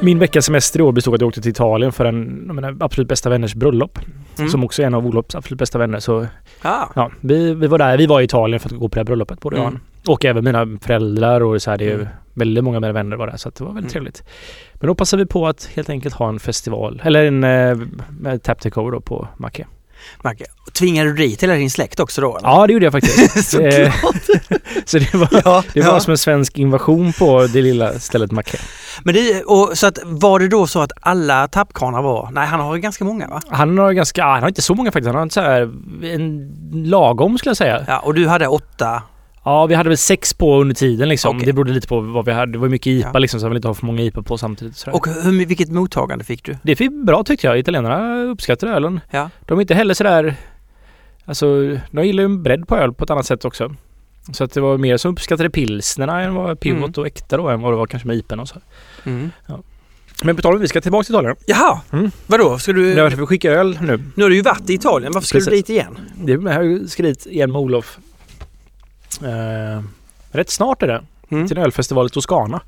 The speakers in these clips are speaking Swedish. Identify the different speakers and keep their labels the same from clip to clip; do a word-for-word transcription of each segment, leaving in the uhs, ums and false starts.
Speaker 1: Min veckas semester i år bestod att jag åkte till Italien för en av mina absolut bästa vänners bröllop. Mm. Som också är en av Olofs absolut bästa vänner. Så,
Speaker 2: ah.
Speaker 1: ja, vi, vi var där, vi var i Italien för att gå på det här bröllopet. Både mm. jag och även mina föräldrar och så här, det är mm. väldigt många av mina vänner var där. Så det var väldigt mm. trevligt. Men då passade vi på att helt enkelt ha en festival, eller en eh, tap takeover då på Macke.
Speaker 2: Macke. Tvingade du dit hela din släkt också då? Eller?
Speaker 1: Ja, det gjorde jag faktiskt.
Speaker 2: Såklart.
Speaker 1: Så det var,
Speaker 2: ja,
Speaker 1: det var
Speaker 2: ja.
Speaker 1: som en svensk invasion på det lilla stället Macke.
Speaker 2: Men det, och, så att, var det då så att alla tappkranar var... Nej, han har ganska många va?
Speaker 1: Han har ganska... Han har inte så många faktiskt. Han har så här, en lagom skulle jag säga.
Speaker 2: Ja, och du hade åtta...
Speaker 1: Ja, vi hade väl sex på under tiden liksom.
Speaker 2: Okay.
Speaker 1: Det berodde lite på vad vi hade. Det var mycket I P A
Speaker 2: ja.
Speaker 1: liksom, så jag ville inte ha för många I P A på samtidigt. Sådär.
Speaker 2: Och hur, vilket mottagande fick du?
Speaker 1: Det fick bra tyckte jag. Italienarna uppskattade ölen.
Speaker 2: Ja.
Speaker 1: De är inte heller sådär... Alltså, de gillar ju en bredd på öl på ett annat sätt också. Så att det var mer som uppskattade pilsnerna än vad pivot mm. och äkta då än vad det var kanske med I P A och så. Mm. Ja. Men på tal om vi ska tillbaka till Italien.
Speaker 2: Jaha, mm. vadå? Ska du...
Speaker 1: Jag ska skicka öl nu.
Speaker 2: Nu har du ju varit i Italien. Varför ska Precis. du dit igen?
Speaker 1: Det jag har ju skrivit igen med Olof. Uh, rätt snart är det. Mm. Till en ölfestival i Toscana.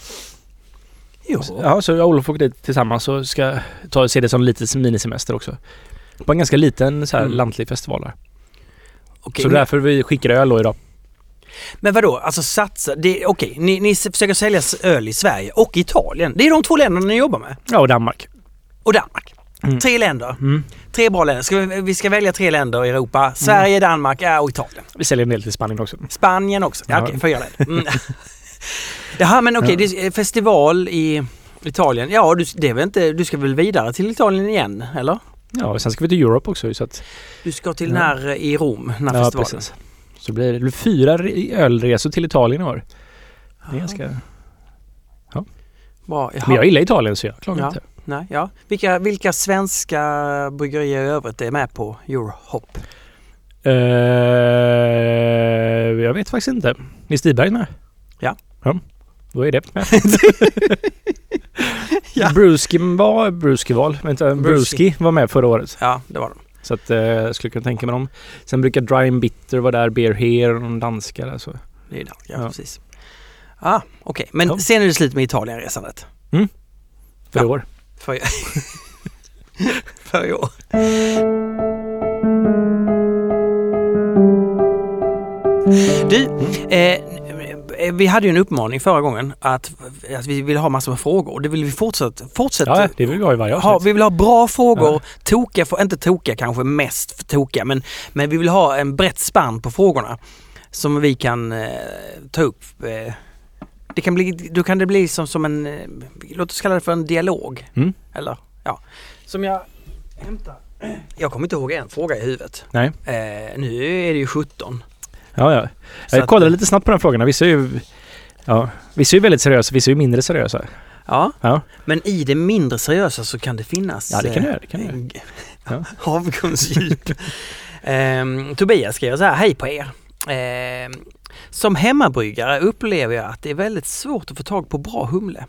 Speaker 2: Jo.
Speaker 1: Ja, så jag och Olof åker dit tillsammans och ska ta, se det som lite minisemester också. På en ganska liten så här mm. lantlig festival där. Okay, så men... därför vi skickar öl då idag.
Speaker 2: Men vadå? Alltså satsa... Okej, okay, ni, ni försöker sälja öl i Sverige och Italien. Det är de två länderna ni jobbar med.
Speaker 1: Ja, och Danmark.
Speaker 2: Och Danmark. Mm. Tre länder. Mm. Tre bra länder. Ska vi, vi ska välja tre länder i Europa. Sverige, mm. Danmark ja, och Italien.
Speaker 1: Vi säljer en del till Spanien också.
Speaker 2: Spanien också. Ja, ja. Okej, okay, fyra länder. Mm. Jaha, men okej. Okay, ja. Det är festival i Italien. Ja, du, det är väl inte, du ska väl vidare till Italien igen, eller?
Speaker 1: Ja, och sen ska vi till Europe också. Så att,
Speaker 2: du ska till ja. den här i Rom, den här
Speaker 1: ja,
Speaker 2: festivalen.
Speaker 1: Precis. Så blir det, det blir fyra ölresor till Italien i år. Det är ganska... Ja.
Speaker 2: Bra,
Speaker 1: men jag gillar Italien så jag klagar
Speaker 2: ja.
Speaker 1: inte.
Speaker 2: Nej, ja. Vilka, vilka svenska bryggerier i övrigt är med på Eurohop?
Speaker 1: Uh, jag vet faktiskt inte. Är Stiberg med?
Speaker 2: Ja.
Speaker 1: Ja. Då är det med. ja. Bruski var Bruski val. Vänta, Bruski var med förra året.
Speaker 2: Ja, det var de.
Speaker 1: Så att jag uh, skulle kunna tänka mig dem. Sen brukar Dry and Bitter vara där, Beer Here och de danska där så.
Speaker 2: Det är danska, ja, precis. Ah, okej. Okay. Men ja. sen är det slut med Italienresandet.
Speaker 1: Mm. För
Speaker 2: ja.
Speaker 1: i år.
Speaker 2: För, för i år. Du, eh, vi hade ju en uppmaning förra gången att, att vi vill ha massor med frågor. Det vill vi fortsätta. fortsätta
Speaker 1: ja, det vill vi ha i varje
Speaker 2: ha, Vi vill ha bra frågor. Ja. Tokiga, för, inte tokiga kanske mest för tokiga, men, men vi vill ha en brett spann på frågorna som vi kan eh, ta upp. Eh, det kan bli, då kan det bli som, som en, eh, låt oss kalla det för en dialog. Mm. Eller, ja. Som jag hämtar. Jag kommer inte ihåg en fråga i huvudet.
Speaker 1: Nej.
Speaker 2: Eh, nu är det ju sjutton.
Speaker 1: Ja, ja. Jag kollade lite snabbt på de frågorna. Vissa är ju, ja, vissa är ju väldigt seriösa, vissa är ju mindre seriösa.
Speaker 2: Ja,
Speaker 1: ja,
Speaker 2: men i det mindre seriösa så kan det finnas...
Speaker 1: Ja, det kan det göra. Det kan det
Speaker 2: ja. Avgrundsdjup. eh, Tobias skriver så här, hej på er. Eh, som hemmabryggare upplever jag att det är väldigt svårt att få tag på bra humle.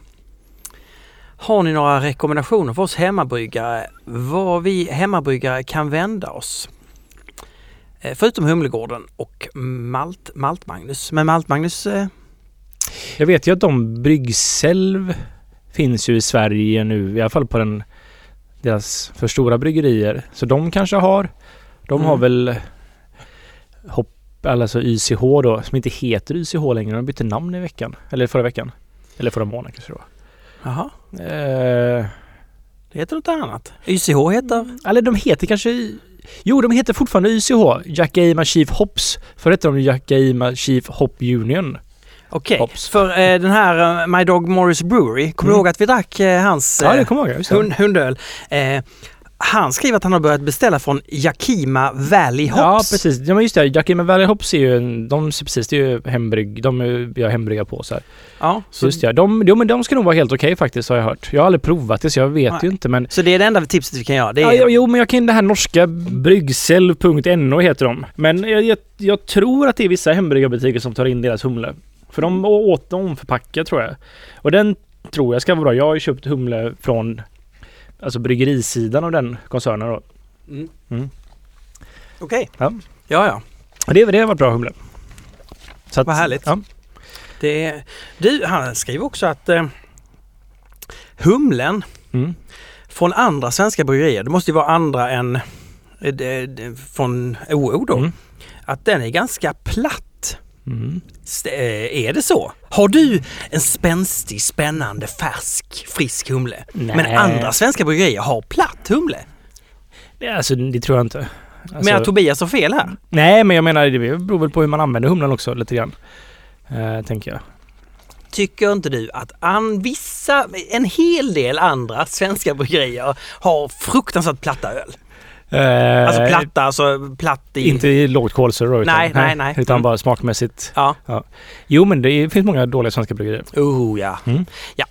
Speaker 2: Har ni några rekommendationer för oss hemmabryggare var vi hemmabryggare kan vända oss? Förutom Humlegården och Malt, Malt Magnus. Men Malt Magnus... Eh...
Speaker 1: Jag vet ju att de Bryggsälv finns ju i Sverige nu. I alla fall på den, deras för stora bryggerier. Så de kanske har... De mm. har väl hopp, alltså Y C H då. Som inte heter Y C H längre. De bytte namn i veckan. Eller förra veckan. Eller förra månaden kanske då.
Speaker 2: Jaha.
Speaker 1: Eh...
Speaker 2: Det heter något annat. Y C H heter...
Speaker 1: Eller de heter kanske... Jo, de heter fortfarande Y C H. Yakima Chief Hops. För heter de Yakima Chief Hop Union.
Speaker 2: Okej, okay. För eh, den här uh, My Dog Morris Brewery, kommer du mm. ihåg att vi drack eh, hans
Speaker 1: ja, det kommer jag, just det.
Speaker 2: hund, hundöl? Eh, han skriver att han har börjat beställa från Yakima Valley Hops.
Speaker 1: Ja, precis. Ja, men just det. Yakima Valley Hops är ju en, de, precis, det är ju hembrygg. De gör hembrygga på så här. Ja. Så just det. De, de, de ska nog vara helt okej okay, faktiskt, har jag hört. Jag har aldrig provat det så jag vet Nej. ju inte. Men...
Speaker 2: Så det är det enda tipset vi kan göra? Det är...
Speaker 1: ja, jo, men jag kan det här norska bryggsälv punkt no heter de. Men jag, jag, jag tror att det är vissa hembryggbutiker som tar in deras humle. För de åt dem förpacka tror jag. Och den tror jag ska vara bra. Jag har ju köpt humle från alltså bryggerisidan av den koncernen då.
Speaker 2: Mm. Mm. Okej.
Speaker 1: Okay. Ja.
Speaker 2: Ja, ja.
Speaker 1: Och det, det har varit bra humle.
Speaker 2: Så att, vad härligt.
Speaker 1: Ja.
Speaker 2: Det, du, han skriver också att eh, humlen
Speaker 1: Mm.
Speaker 2: från andra svenska bryggerier, det måste ju vara andra än eh, de, de, från O O då,
Speaker 1: Mm.
Speaker 2: att den är ganska platt.
Speaker 1: Mm.
Speaker 2: S- eh, är det så? Har du en spänstig, spännande, färsk, frisk humle?
Speaker 1: Nej.
Speaker 2: Men andra svenska bryggerier har platt humle?
Speaker 1: Ja, alltså, det tror jag inte. Alltså,
Speaker 2: Men att Tobias har fel här?
Speaker 1: nej, men jag menar det beror väl på hur man använder humlen också lite grann. Eh, tänker jag.
Speaker 2: Tycker inte du att an, vissa, en hel del andra svenska bryggerier har fruktansvärt platta öl?
Speaker 1: Eh,
Speaker 2: Alltså platta, alltså platt i...
Speaker 1: Inte i lågt kolsyra utan,
Speaker 2: Nej, nej, nej.
Speaker 1: utan
Speaker 2: Mm.
Speaker 1: bara smakmässigt.
Speaker 2: Ja.
Speaker 1: Ja. Jo, men det finns många dåliga svenska bryggerier.
Speaker 2: Oh ja.
Speaker 1: Mm.
Speaker 2: Ja.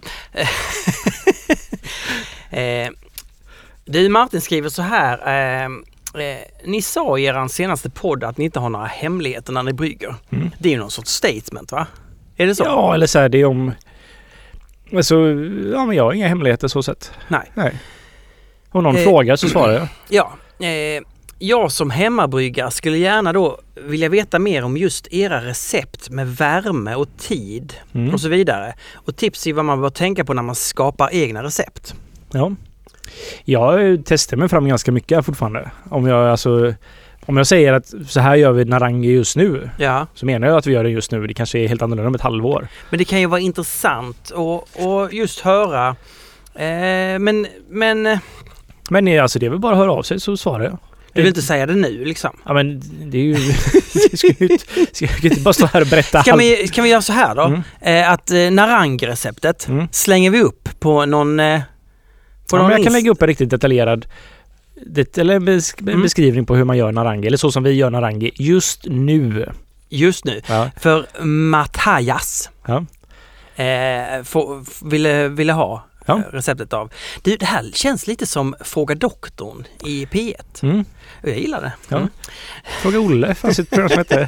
Speaker 2: eh, du Martin skriver så här. Eh, eh, ni sa i er senaste podd att ni inte har några hemligheter när ni brygger.
Speaker 1: Mm.
Speaker 2: Det är ju någon sorts statement, va? Är det så?
Speaker 1: Ja, eller så här, det är om... Alltså, ja, men jag har inga hemligheter så sett.
Speaker 2: Nej.
Speaker 1: Nej. Om någon
Speaker 2: Eh,
Speaker 1: frågar så svarar jag.
Speaker 2: Ja. Eh, jag som hemmabryggare skulle gärna då vilja veta mer om just era recept med värme och tid
Speaker 1: Mm.
Speaker 2: och så vidare. Och tips i vad man bör tänka på när man skapar egna recept.
Speaker 1: Ja. Jag testar mig fram ganska mycket här fortfarande. Om jag, alltså, om jag säger att så här gör vi Narangi just nu,
Speaker 2: Ja.
Speaker 1: så menar jag att vi gör det just nu. Det kanske är helt annorlunda om ett halvår.
Speaker 2: Men det kan ju vara intressant och, och just höra. Eh, men men eh,
Speaker 1: Men nej, alltså, det är väl bara att höra av sig så svarar jag.
Speaker 2: du vill inte säga det nu liksom?
Speaker 1: Ja, men det är ju... jag ska ju inte, ska jag inte bara stå här och berätta
Speaker 2: Kan
Speaker 1: allt.
Speaker 2: vi, kan vi göra så här då?
Speaker 1: Mm.
Speaker 2: Eh, att eh, Narang-receptet
Speaker 1: Mm.
Speaker 2: slänger vi upp på någon... Eh, på
Speaker 1: Ja,
Speaker 2: någon
Speaker 1: men jag kan
Speaker 2: inst-
Speaker 1: lägga upp en riktigt detaljerad det, eller en besk- en
Speaker 2: Mm.
Speaker 1: beskrivning på hur man gör Narangi. Eller så som vi gör Narangi just nu.
Speaker 2: just nu.
Speaker 1: Ja.
Speaker 2: För Matthias
Speaker 1: Ja.
Speaker 2: eh, få, f- ville, ville ha
Speaker 1: Ja.
Speaker 2: eh, receptet av. Du, det här känns lite som Fråga doktorn i P ett.
Speaker 1: Mm.
Speaker 2: Och jag gillar det.
Speaker 1: Ja.
Speaker 2: Mm.
Speaker 1: Fråga Olle. Fanns ett program som hette...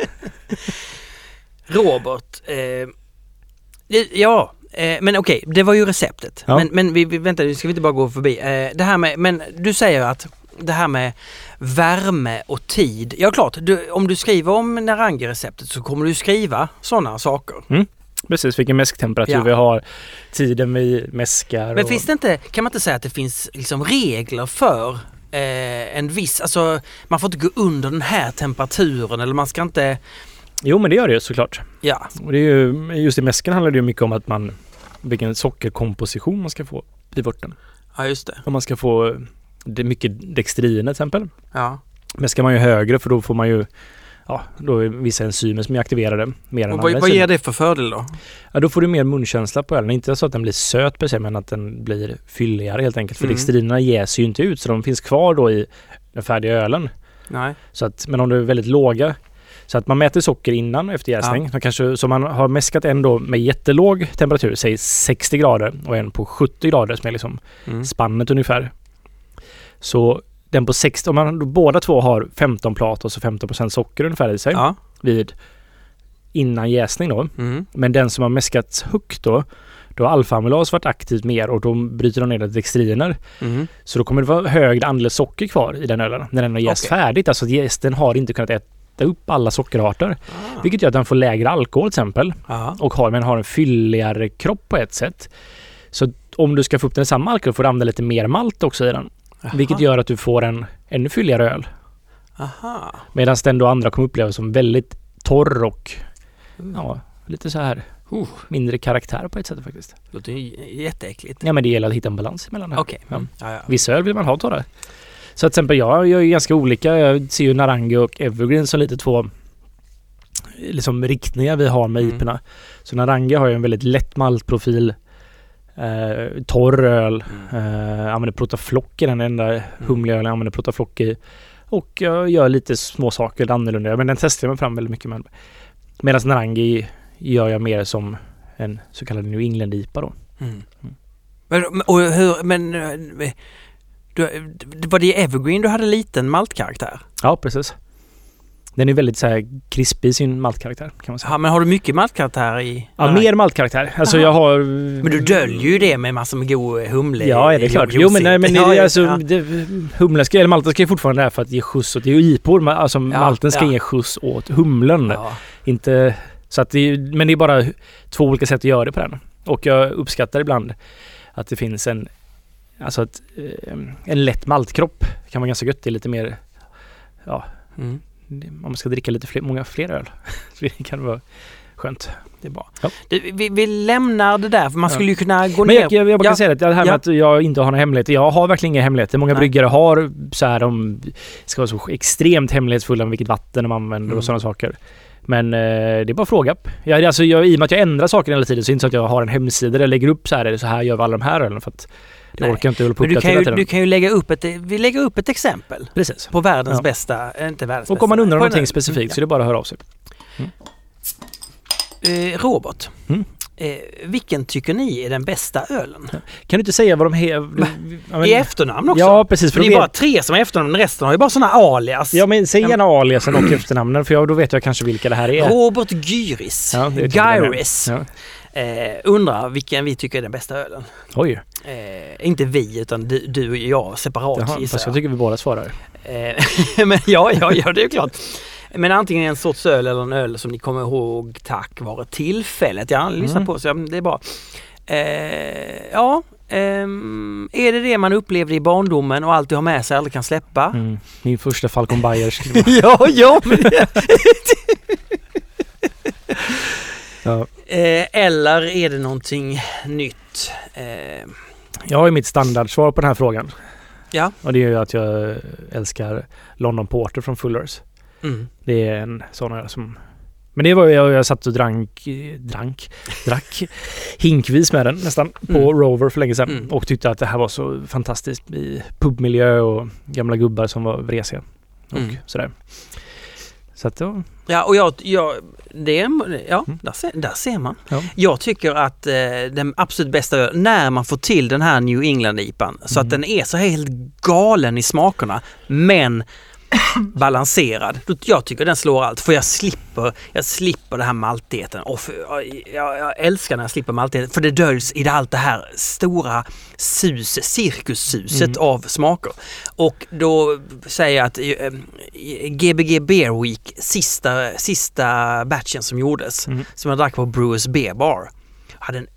Speaker 2: Robert. Eh, det- ja, eh, men okej, det var ju receptet.
Speaker 1: Ja.
Speaker 2: Men, men vi, vi, vänta, nu ska vi inte bara gå förbi. Eh, det här med, men du säger att det här med värme och tid. Ja klart, du, om du skriver om Narangi-receptet så kommer du skriva sådana saker.
Speaker 1: Precis, vilken mäsktemperatur
Speaker 2: Ja.
Speaker 1: vi har. Tiden vi mäskar.
Speaker 2: Men
Speaker 1: och...
Speaker 2: finns det inte, kan man inte säga att det finns liksom regler för eh, en viss, alltså man får inte gå under den här temperaturen eller man ska inte,
Speaker 1: Jo, men det gör det ju såklart.
Speaker 2: ja.
Speaker 1: Och det är ju, just i mäsken handlar det ju mycket om att man... vilken sockerkomposition man ska få i vörten.
Speaker 2: Ja just det.
Speaker 1: Om man ska få... Det är mycket dextriner till exempel.
Speaker 2: Ja.
Speaker 1: Mäskar man ju högre för då får man ju... Ja, då är vissa enzymer som är aktiverade mer än
Speaker 2: Och
Speaker 1: andra
Speaker 2: vad, vad
Speaker 1: enzymer.
Speaker 2: ger det för fördel då?
Speaker 1: Ja, då får du mer munkänsla på ölen. Inte så att den blir söt per se, men att den blir fylligare helt enkelt. För
Speaker 2: Mm.
Speaker 1: dextrinerna jäser ju inte ut, så de finns kvar då i den färdiga ölen.
Speaker 2: Nej.
Speaker 1: Så att, men om de är väldigt låga, så att man mäter socker innan och efter jäsning. Så kanske, så man har mäskat en då med jättelåg temperatur, säg sextio grader, och en på sjuttio grader som är liksom
Speaker 2: Mm.
Speaker 1: spannet ungefär. Så den på sextio, om man då båda två har femton plat och så femton procent socker ungefär i sig
Speaker 2: Ja.
Speaker 1: vid innan jäsning då.
Speaker 2: Mm.
Speaker 1: Men den som har mäskats högt då, då har alfa-amylas varit aktivt mer och då bryter de ner det dextriner.
Speaker 2: Mm.
Speaker 1: Så då kommer det vara hög andel socker kvar i den ölen när den har jäst
Speaker 2: Okej.
Speaker 1: färdigt. Alltså att jästen har inte kunnat äta upp alla sockerarter.
Speaker 2: Ah.
Speaker 1: Vilket gör att den får lägre alkohol till exempel.
Speaker 2: Ja.
Speaker 1: Och har, men har en fylligare kropp på ett sätt. Så om du ska få upp den i samma alkohol får du använda lite mer malt också i den.
Speaker 2: Jaha.
Speaker 1: Vilket gör att du får en ännu fylligare öl.
Speaker 2: Aha.
Speaker 1: Medan den då andra kommer upplevas som väldigt torr och
Speaker 2: Mm.
Speaker 1: ja, lite så här
Speaker 2: Uh,
Speaker 1: mindre karaktär på ett sätt faktiskt.
Speaker 2: det låter ju jätteäckligt.
Speaker 1: Ja, men det gäller att hitta en balans emellan det här.
Speaker 2: Okej.
Speaker 1: Ja.
Speaker 2: Mm. Ja, ja.
Speaker 1: Vissa öl vill man ha torra. Så att till exempel jag gör ju ganska olika. Jag ser ju Narangi och Evergreen som lite två liksom riktningar vi har med
Speaker 2: Mm.
Speaker 1: I P-erna. Så Narangi har ju en väldigt lätt maltprofil. Eh, torr öl.
Speaker 2: Mm.
Speaker 1: Eh, använder protaflock i den enda humleölen jag använder protaflock i. Och jag gör lite små saker annorlunda. Men den testar jag mig fram väldigt mycket med. Medan Narangi gör jag mer som en så kallad New England I P A då.
Speaker 2: Mm. Men, och hur, men eh, du, var det i Evergreen du hade liten maltkaraktär?
Speaker 1: Ja, precis. Den är väldigt så här krispig i sin maltkaraktär kan man säga.
Speaker 2: Ja, men har du mycket maltkaraktär i?
Speaker 1: Ja, mer maltkaraktär. Alltså
Speaker 2: Aha.
Speaker 1: jag har...
Speaker 2: Men du döljer ju det med massor med god humle.
Speaker 1: Ja, är det är klart. Jo, men, nej, men
Speaker 2: ja,
Speaker 1: det,
Speaker 2: ja,
Speaker 1: alltså,
Speaker 2: ja.
Speaker 1: det, humlen ska, eller malten ska ju fortfarande där för att ge skjuts åt... Det är ju I P O. Alltså malten ska
Speaker 2: ja.
Speaker 1: ge skjuts åt humlen.
Speaker 2: Ja.
Speaker 1: Inte... Så att det, men det är bara två olika sätt att göra det på den. Och jag uppskattar ibland att det finns en alltså att, eh, en lätt maltkropp kan vara ganska gött. Det är lite mer ja,
Speaker 2: Mm.
Speaker 1: om man ska dricka lite fler, många fler öl. Så det kan vara skönt.
Speaker 2: Det är bra.
Speaker 1: Ja.
Speaker 2: Det, vi, vi lämnar det där, för man skulle ju kunna gå
Speaker 1: Men
Speaker 2: ner.
Speaker 1: jag, jag, jag bara
Speaker 2: ja.
Speaker 1: säga det, det här med
Speaker 2: Ja.
Speaker 1: att jag inte har några hemligheter. Jag har verkligen inga hemligheter. Många
Speaker 2: Nej.
Speaker 1: bryggare har så här, de ska vara så extremt hemlighetsfulla med vilket vatten de använder
Speaker 2: Mm.
Speaker 1: och sådana saker. Men eh, det är bara att fråga. Jag, alltså, jag, I och med att jag ändrar saker hela tiden så är det inte så att jag har en hemsida där jag lägger upp så här, så här gör vi alla de här ölen, för att det
Speaker 2: Nej.
Speaker 1: orkar jag inte hålla på
Speaker 2: Men du
Speaker 1: uppdatera
Speaker 2: kan, ju,
Speaker 1: tiden.
Speaker 2: du kan ju lägga upp ett, vi lägger upp ett exempel
Speaker 1: Precis.
Speaker 2: på världens
Speaker 1: Ja.
Speaker 2: bästa, äh, inte världens
Speaker 1: Och
Speaker 2: bästa.
Speaker 1: om man undrar
Speaker 2: på
Speaker 1: någonting
Speaker 2: den-
Speaker 1: specifikt
Speaker 2: ja.
Speaker 1: så är det bara att höra av sig.
Speaker 2: Eh, Robert,
Speaker 1: Mm.
Speaker 2: eh, vilken tycker ni är den bästa ölen?
Speaker 1: Kan du inte säga vad de heter? Ja,
Speaker 2: I efternamn också?
Speaker 1: Ja, precis.
Speaker 2: För det är
Speaker 1: då
Speaker 2: bara
Speaker 1: vet-
Speaker 2: tre som är efternamn, resten har ju bara sådana alias.
Speaker 1: Ja, men säg gärna aliasen och efternamnen, för jag, då vet jag kanske vilka det här är.
Speaker 2: Robert Gyris,
Speaker 1: Ja, det vet jag vilka det är.
Speaker 2: Gyris,
Speaker 1: Ja.
Speaker 2: eh, undrar vilken vi tycker är den bästa ölen.
Speaker 1: Oj,
Speaker 2: Eh, inte vi, utan du, du och jag separat,
Speaker 1: jaha,
Speaker 2: gissar
Speaker 1: fast jag tycker vi båda svarar.
Speaker 2: Eh, men ja, ja, ja, det är ju klart. Men antingen en sorts öl eller en öl som ni kommer ihåg tack vare tillfället. Jag har aldrig lyssnat
Speaker 1: Mm.
Speaker 2: på, så ja, det är bra. Eh, ja, ehm, är det det man upplevde i barndomen och alltid har med sig, aldrig kan släppa?
Speaker 1: Mm. Min första Falcon Bayers.
Speaker 2: ja, ja, men
Speaker 1: Ja.
Speaker 2: eh, eller är det någonting nytt? Eh,
Speaker 1: Jag har ju mitt standardsvar på den här frågan.
Speaker 2: ja.
Speaker 1: Och det är ju att jag älskar London Porter från Fullers.
Speaker 2: Mm.
Speaker 1: Det är en sån öl som... Men det var ju, jag, jag satt och drank, drank, drack hinkvis med den nästan på
Speaker 2: Mm.
Speaker 1: Rover för länge sedan.
Speaker 2: Mm.
Speaker 1: Och tyckte att det här var så fantastiskt i pubmiljö och gamla gubbar som var vresiga. Och
Speaker 2: Mm.
Speaker 1: sådär. Så att då...
Speaker 2: Ja, och jag, jag det är, ja,
Speaker 1: Mm.
Speaker 2: där, ser, där ser man.
Speaker 1: Ja.
Speaker 2: Jag tycker att eh, den absolut bästa öl, när man får till den här New England-ipan så
Speaker 1: Mm.
Speaker 2: att den är så helt galen i smakerna, men balanserad. Jag tycker den slår allt, för jag slipper jag slipper det här maltigheten. Och för, jag, jag älskar när jag slipper maltigheten, för det döljs i det, allt det här stora sus, cirkussuset
Speaker 1: Mm.
Speaker 2: av smaker. Och då säger jag att eh, G B G Beer Week, sista, sista batchen som gjordes,
Speaker 1: Mm.
Speaker 2: som jag drack på Brewers Beer Bar, hade en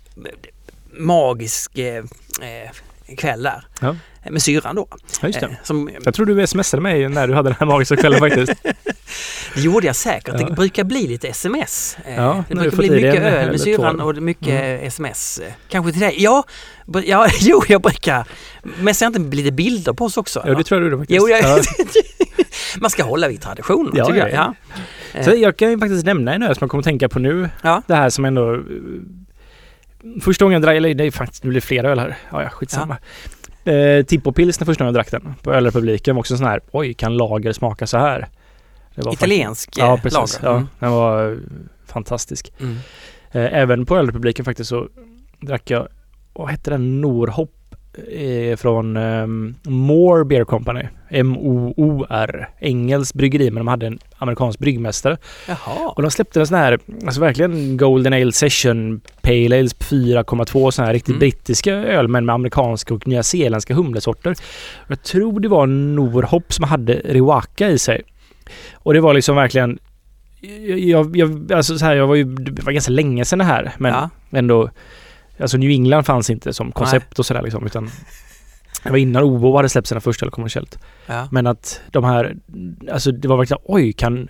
Speaker 2: magisk eh, eh, kväll där.
Speaker 1: Ja.
Speaker 2: Med syran då.
Speaker 1: Ja, just det.
Speaker 2: Eh, som,
Speaker 1: Jag tror du smsade mig när du hade den här magiska kvällen faktiskt.
Speaker 2: det gjorde jag säkert.
Speaker 1: Ja.
Speaker 2: Det brukar bli lite sms. Eh,
Speaker 1: Ja,
Speaker 2: det
Speaker 1: när du
Speaker 2: brukar
Speaker 1: fått
Speaker 2: bli
Speaker 1: i dig
Speaker 2: mycket
Speaker 1: en
Speaker 2: öl
Speaker 1: eller
Speaker 2: med syran
Speaker 1: två.
Speaker 2: och mycket
Speaker 1: Mm.
Speaker 2: sms. Eh, Kanske till dig. Ja, br- ja, jo, jag brukar. Men ser inte lite bilder på oss också?
Speaker 1: Ja, det tror jag du gjorde faktiskt.
Speaker 2: Jo, jag,
Speaker 1: Ja.
Speaker 2: man ska hålla vid traditionen,
Speaker 1: Ja,
Speaker 2: tycker
Speaker 1: ja,
Speaker 2: jag. Ja.
Speaker 1: Så jag kan ju faktiskt nämna en öl som jag kommer att tänka på nu.
Speaker 2: Ja.
Speaker 1: Det här som ändå... eh, Första gången jag drack, eller det är faktiskt, det blir flera öl här. Ja, ja, skitsamma. Eh, Tippo Pils när första gången jag drack den på Ölrepubliken var också en sån här, oj, kan lager smaka så här? Det var
Speaker 2: Italiensk
Speaker 1: faktiskt, ja, precis.
Speaker 2: lager.
Speaker 1: Ja,
Speaker 2: Mm.
Speaker 1: den var eh, fantastisk.
Speaker 2: Mm.
Speaker 1: Eh, även på Ölrepubliken faktiskt så drack jag, vad hette den, Norhopp eh, från eh, Moore Beer Company. M O O R. Engelsk bryggeri, men de hade en amerikansk bryggmästare.
Speaker 2: Jaha.
Speaker 1: Och de släppte en sån här, alltså verkligen Golden Ale Session Pale Ales fyra komma två, sån här riktigt
Speaker 2: Mm.
Speaker 1: brittiska öl, men med amerikanska och nyzeeländska humlesorter. Jag tror det var Norhopp som hade Riwaka i sig. Och det var liksom verkligen, jag, jag, alltså så här, jag var ju, det var ganska länge sedan det här, men
Speaker 2: Ja.
Speaker 1: ändå, alltså New England fanns inte som koncept och sådär liksom, utan det var innan O V O hade släppt sina första eller kommersiellt.
Speaker 2: Ja.
Speaker 1: Men att de här, alltså det var verkligen, oj, kan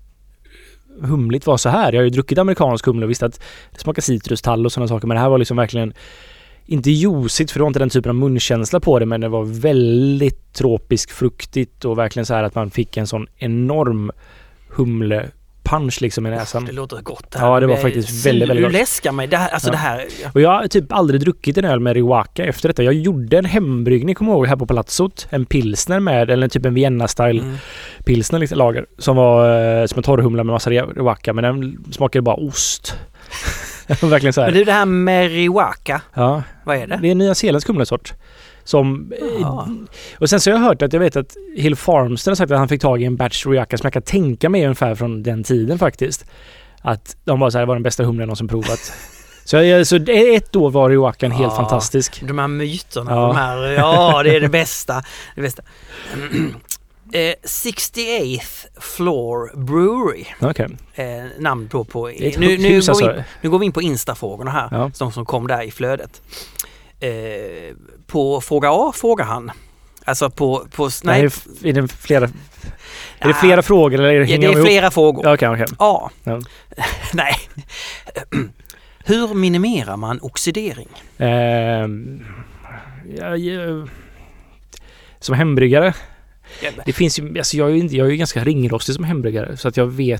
Speaker 1: humligt vara så här? Jag har ju druckit amerikansk humle och visste att det smakar citrustall och sådana saker, men det här var liksom verkligen inte juicigt, för det var inte den typen av munkänsla på det, men det var väldigt tropisk, fruktigt och verkligen så här att man fick en sån enorm humle punch liksom i näsan.
Speaker 2: Det låter gott. Det
Speaker 1: Ja, det var
Speaker 2: Men
Speaker 1: faktiskt väldigt, väldigt
Speaker 2: Du
Speaker 1: gott.
Speaker 2: läskar mig. Det här, alltså
Speaker 1: Ja.
Speaker 2: det här...
Speaker 1: Och jag har typ aldrig druckit en öl med Riwaka efter detta. Jag gjorde en hembryggning, kommer jag ihåg, här på Palazzot. En pilsner med, eller typ en Vienna-style
Speaker 2: Mm.
Speaker 1: pilsner liksom, lager. Som var eh, som en torrhumla med massa Riwaka, men den smakade bara ost. Det var verkligen så här.
Speaker 2: Men du, det här med Riwaka,
Speaker 1: Ja,
Speaker 2: vad är det?
Speaker 1: det är en nyzeeländsk humlesort. Som,
Speaker 2: Jaha.
Speaker 1: och sen så har jag hört att jag vet att Hill Farmston har sagt att han fick tag i en batch Riwaka som jag kan tänka mig ungefär från den tiden faktiskt. Att de var så här, det var den bästa humlen jag någonsin provat. Så, jag, så ett år var Riwakan helt
Speaker 2: Ja.
Speaker 1: fantastisk.
Speaker 2: De här myterna,
Speaker 1: Ja.
Speaker 2: de här, ja det är det bästa. Det bästa. eh, sextioåttonde Floor Brewery.
Speaker 1: Okej.
Speaker 2: Eh, namn då på...
Speaker 1: Det är ett
Speaker 2: Nu, nu,
Speaker 1: hus,
Speaker 2: går vi
Speaker 1: alltså.
Speaker 2: in, nu går vi in på Insta-frågorna här.
Speaker 1: Ja.
Speaker 2: De som kom där i flödet. Eh, på fråga A frågar han. Alltså på... på
Speaker 1: nej. Är, det, är, det flera, är det flera frågor? Eller är det,
Speaker 2: ja, det är flera ihop? Frågor.
Speaker 1: Ja, okay, okay.
Speaker 2: A.
Speaker 1: Ja.
Speaker 2: Nej. Hur minimerar man oxidering?
Speaker 1: Eh, ja, ja, som hembryggare. Ja, det finns ju, alltså jag är ju jag är ju ganska ringrostig som hembryggare så att jag vet.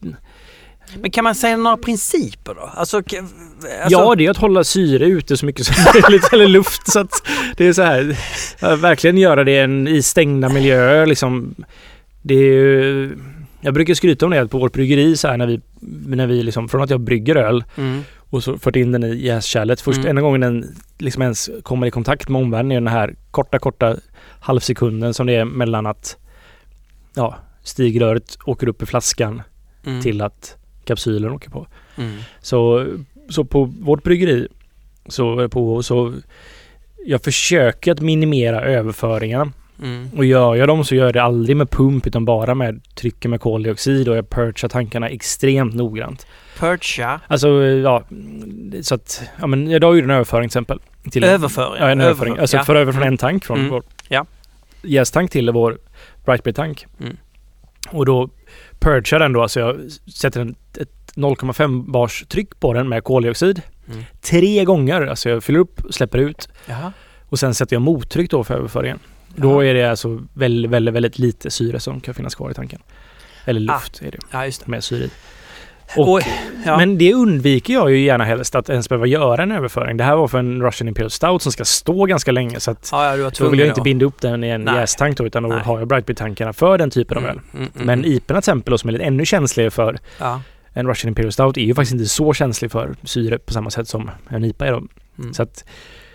Speaker 2: Men kan man säga några principer då? Alltså, alltså...
Speaker 1: Ja, det är att hålla syre ute så mycket som möjligt eller luft så att det är så här verkligen göra det en, i stängda miljöer liksom. Det är ju, jag brukar skryta om det på vårt bryggeri så här när vi när vi liksom från att jag brygger öl mm. och så fört in den i jäskärlet först mm. ena gången den liksom ens kommer i kontakt med omvärlden är den här korta korta halvsekunden som det är mellan att ja, stigröret åker upp i flaskan mm. till att kapsylen åker på. Mm. Så, så på vårt bryggeri så, på, så jag försöker att minimera överföringarna. Mm. Och gör jag dem så gör jag det aldrig med pump utan bara med trycker med koldioxid och jag purchar tankarna extremt noggrant.
Speaker 2: Purcha?
Speaker 1: Alltså, ja, så att, ja men idag gjorde en överföring till exempel. Till,
Speaker 2: överföring?
Speaker 1: Ja, en överföring. överföring. Alltså ja. För över från en tank från
Speaker 2: mm.
Speaker 1: vår
Speaker 2: ja.
Speaker 1: jästank till vår Brightbeer-tank. Mm. Och då purchar den då, alltså jag sätter en, ett noll komma fem bars tryck på den med koldioxid. Mm. Tre gånger, alltså jag fyller upp och släpper ut.
Speaker 2: Jaha. Och
Speaker 1: sen sätter jag mottryck då för överföringen. Jaha. Då är det alltså väldigt, väldigt, väldigt lite syre som kan finnas kvar i tanken. Eller luft ah. är det.
Speaker 2: Ja, just det.
Speaker 1: Med syre i. Och,
Speaker 2: och, ja.
Speaker 1: Men det undviker jag ju gärna helst att ens behöva göra en överföring. Det här var för en Russian Imperial Stout som ska stå ganska länge så att
Speaker 2: ja, ja,
Speaker 1: då vill jag inte binda upp den i en jästank då, utan då
Speaker 2: Nej.
Speaker 1: har jag Brightbeer-tankarna för den typen
Speaker 2: mm,
Speaker 1: av öl.
Speaker 2: Mm, mm,
Speaker 1: men I P A till exempel som är lite ännu känsligare för
Speaker 2: ja.
Speaker 1: en Russian Imperial Stout är ju faktiskt inte så känslig för syre på samma sätt som en I P A är då. Mm. Så att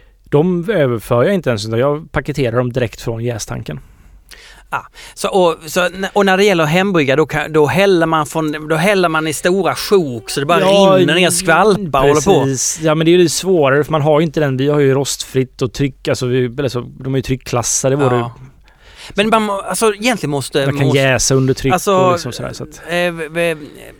Speaker 1: de överför jag inte ens utan jag paketerar dem direkt från jästanken.
Speaker 2: Ah, så, och, så, och när det gäller hembrygga då, då, häller man från, då häller man i stora sjok så det bara ja, rinner ner skvalpar och håller på.
Speaker 1: Ja, men det är ju svårare för man har ju inte den. Vi har ju rostfritt och tryck, alltså, vi, eller så, de är ju tryckklassade. Ja. Våra,
Speaker 2: men man alltså, egentligen måste...
Speaker 1: Man kan
Speaker 2: måste,
Speaker 1: jäsa under tryck
Speaker 2: alltså,
Speaker 1: och liksom sådär. Så att.
Speaker 2: Eh,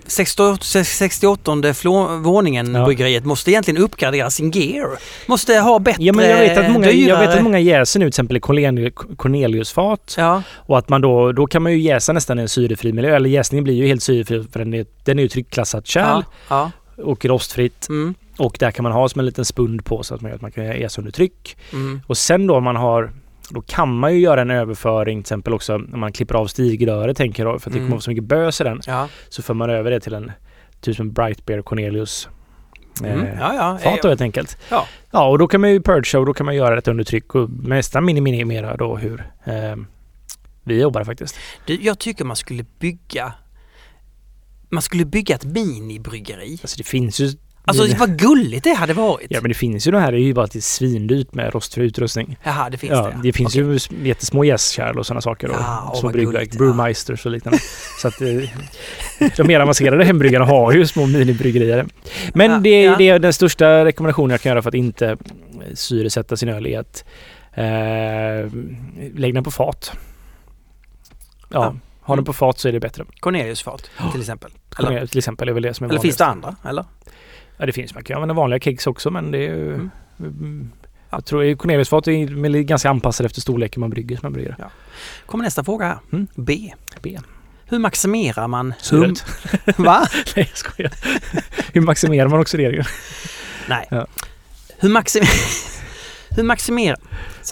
Speaker 2: sextioåttonde flå, våningen ja. Bryggeriet måste egentligen uppgradera sin gear. Måste ha bättre,
Speaker 1: ja, men jag vet att många,
Speaker 2: dyrare.
Speaker 1: Jag vet att många jäser nu till exempel i Corneliusfat.
Speaker 2: Ja.
Speaker 1: Och att man då, då kan man ju jäsa nästan en syrefri miljö. Eller jäsningen blir ju helt syrefri för den är, den är ju tryckklassat kärl.
Speaker 2: Ja. Ja.
Speaker 1: Och rostfritt.
Speaker 2: Mm.
Speaker 1: Och där kan man ha som en liten spund på så att man, att man kan jäsa under tryck.
Speaker 2: Mm.
Speaker 1: Och sen då man har... Då kan man ju göra en överföring till exempel också när man klipper av stigröret tänker jag, för att det kommer mm. så mycket bös i den.
Speaker 2: Ja.
Speaker 1: Så får man över det till en typ en Brightbeer Cornelius
Speaker 2: mm.
Speaker 1: eh,
Speaker 2: ja, ja.
Speaker 1: fat då helt enkelt.
Speaker 2: Ja.
Speaker 1: Ja, och då kan man ju purcha och då kan man göra ett undertryck och nästan minimera då hur eh, vi jobbar faktiskt.
Speaker 2: Du, jag tycker man skulle bygga man skulle bygga ett minibryggeri.
Speaker 1: Alltså det finns ju
Speaker 2: Alltså vad gulligt det hade varit.
Speaker 1: Ja, men det finns ju det här, det är ju bara att det är svindyrt med rostfri utrustning.
Speaker 2: Jaha, det finns
Speaker 1: ja,
Speaker 2: det.
Speaker 1: Det finns okay. ju jättesmå jäskärl och sådana saker.
Speaker 2: Ja,
Speaker 1: och små bryggverk, brewmeisters och liknande. Så att de mer avancerade hembryggarna har ju små minibryggerier. Men ja, det, ja. det är den största rekommendationen jag kan göra för att inte syresätta sin öl är att eh, lägga den på fat. Ja, ja. Har den på fat så är det bättre.
Speaker 2: Corneliusfat till exempel.
Speaker 1: Eller? Till exempel är väl det som är
Speaker 2: Eller finns det andra, eller?
Speaker 1: Ja, det finns. Man kan använda vanliga kegs också, men det är ju... Mm. Jag tror att Corneliusfat är ganska anpassade efter storleken man brygger som man brygger.
Speaker 2: Ja. Kommer nästa fråga här. Mm. B.
Speaker 1: B.
Speaker 2: Hur maximerar man...
Speaker 1: Syret.
Speaker 2: Va?
Speaker 1: Nej, jag skojar. Hur maximerar man oxideringen?
Speaker 2: Nej. Ja. Hur, maxim... Hur maximerar... Så...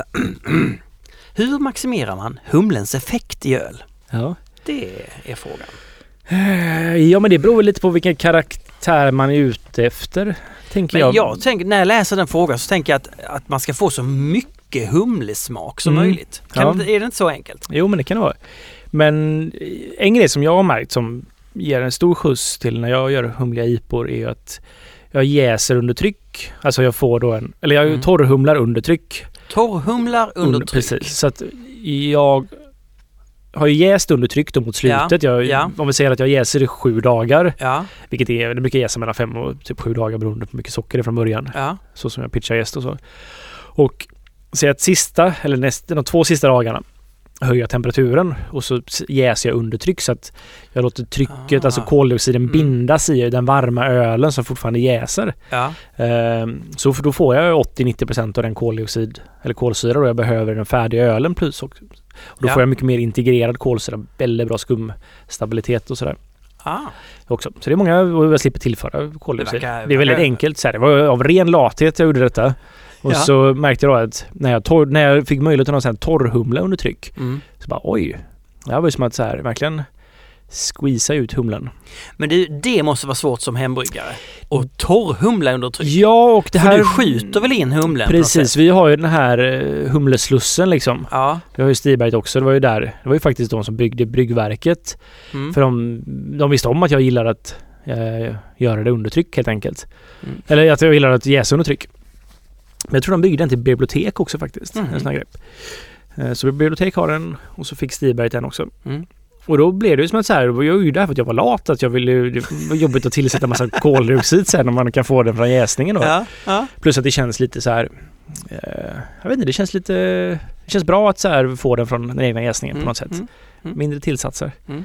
Speaker 2: Hur maximerar man humlens effekt i öl?
Speaker 1: Ja.
Speaker 2: Det är frågan.
Speaker 1: Ja, men det beror lite på vilken karaktär man är ute efter, tänker
Speaker 2: men
Speaker 1: jag.
Speaker 2: jag tänker, när jag läser den frågan så tänker jag att, att man ska få så mycket humlesmak som mm. möjligt. Kan, ja. Är det inte så enkelt?
Speaker 1: Jo, men det kan det vara. Men en grej som jag har märkt som ger en stor skjuts till när jag gör humliga ipor är att jag jäser under tryck. Alltså jag får då en... Eller jag mm. torrhumlar under tryck.
Speaker 2: Torrhumlar under, under tryck?
Speaker 1: Precis. Så att jag... har ju jäst under tryck då mot slutet. Ja, jag, ja. Om vi säger att jag jäser i sju dagar.
Speaker 2: Ja.
Speaker 1: Vilket är, det brukar jäsa mellan fem och typ sju dagar beroende på hur mycket socker det är från början.
Speaker 2: Ja.
Speaker 1: Så som jag pitchar jäst och så. Och säg att sista, eller näst, de två sista dagarna höja temperaturen och så jäser jag under tryck så att jag låter trycket,
Speaker 2: ah.
Speaker 1: alltså koldioxiden
Speaker 2: mm.
Speaker 1: bindas i den varma ölen som fortfarande jäser.
Speaker 2: Ja.
Speaker 1: Ehm, så för då får jag åttio till nittio procent av den koldioxid eller kolsyra då jag behöver i den färdiga ölen plus och, och då
Speaker 2: ja.
Speaker 1: får jag mycket mer integrerad kolsyra, väldigt bra skumstabilitet och sådär.
Speaker 2: Ah.
Speaker 1: Också. Så det är många och jag slipper tillföra koldioxid. Det,
Speaker 2: verkar,
Speaker 1: det är väldigt
Speaker 2: verkar...
Speaker 1: enkelt så här. Det var av ren lathet jag gjorde detta. Och
Speaker 2: ja.
Speaker 1: så märkte jag då att när jag, torr, när jag fick möjlighet att ha en torrhumla under tryck mm. så bara oj, det här var ju som att så här, verkligen squeeza ut humlen.
Speaker 2: Men det, det måste vara svårt som hembryggare. Och torrhumla under tryck.
Speaker 1: Ja, och det här...
Speaker 2: För du skjuter väl in humlen?
Speaker 1: Precis, vi har ju den här uh, humleslussen liksom.
Speaker 2: Ja.
Speaker 1: Vi har ju Stiberget också, det var ju där. Det var ju faktiskt de som byggde bryggverket. Mm. För de, de visste om att jag gillar att uh, göra det under tryck helt enkelt. Mm. Eller att jag gillar att jäsa under tryck. Men jag tror de byggde den till bibliotek också faktiskt. Mm. En sån här grepp. Uh, så bibliotek har den och så fick Stiberget den också. Mm. Och då blev det ju som att så här, jag gjorde det här för att jag var lat, att jag ville, det var jobbigt att tillsätta massa koldioxid sen när man kan få den från jäsningen då.
Speaker 2: Ja, ja.
Speaker 1: Plus att det känns lite så här, eh, jag vet inte, det känns lite, det känns bra att så här få den från den egna jäsningen mm, på något sätt. Mm, mm. Mindre tillsatser. Mm.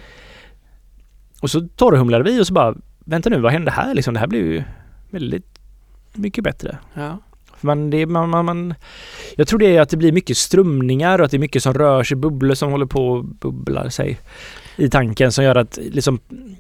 Speaker 1: Och så torrhumlade vi och så bara, vänta nu, vad hände här liksom? Det här blev ju väldigt mycket bättre.
Speaker 2: Ja.
Speaker 1: Man, det, man, man, man, jag tror det är att det blir mycket strömningar och att det är mycket som rör sig, bubblor som håller på och bubblar sig i tanken som gör att liksom,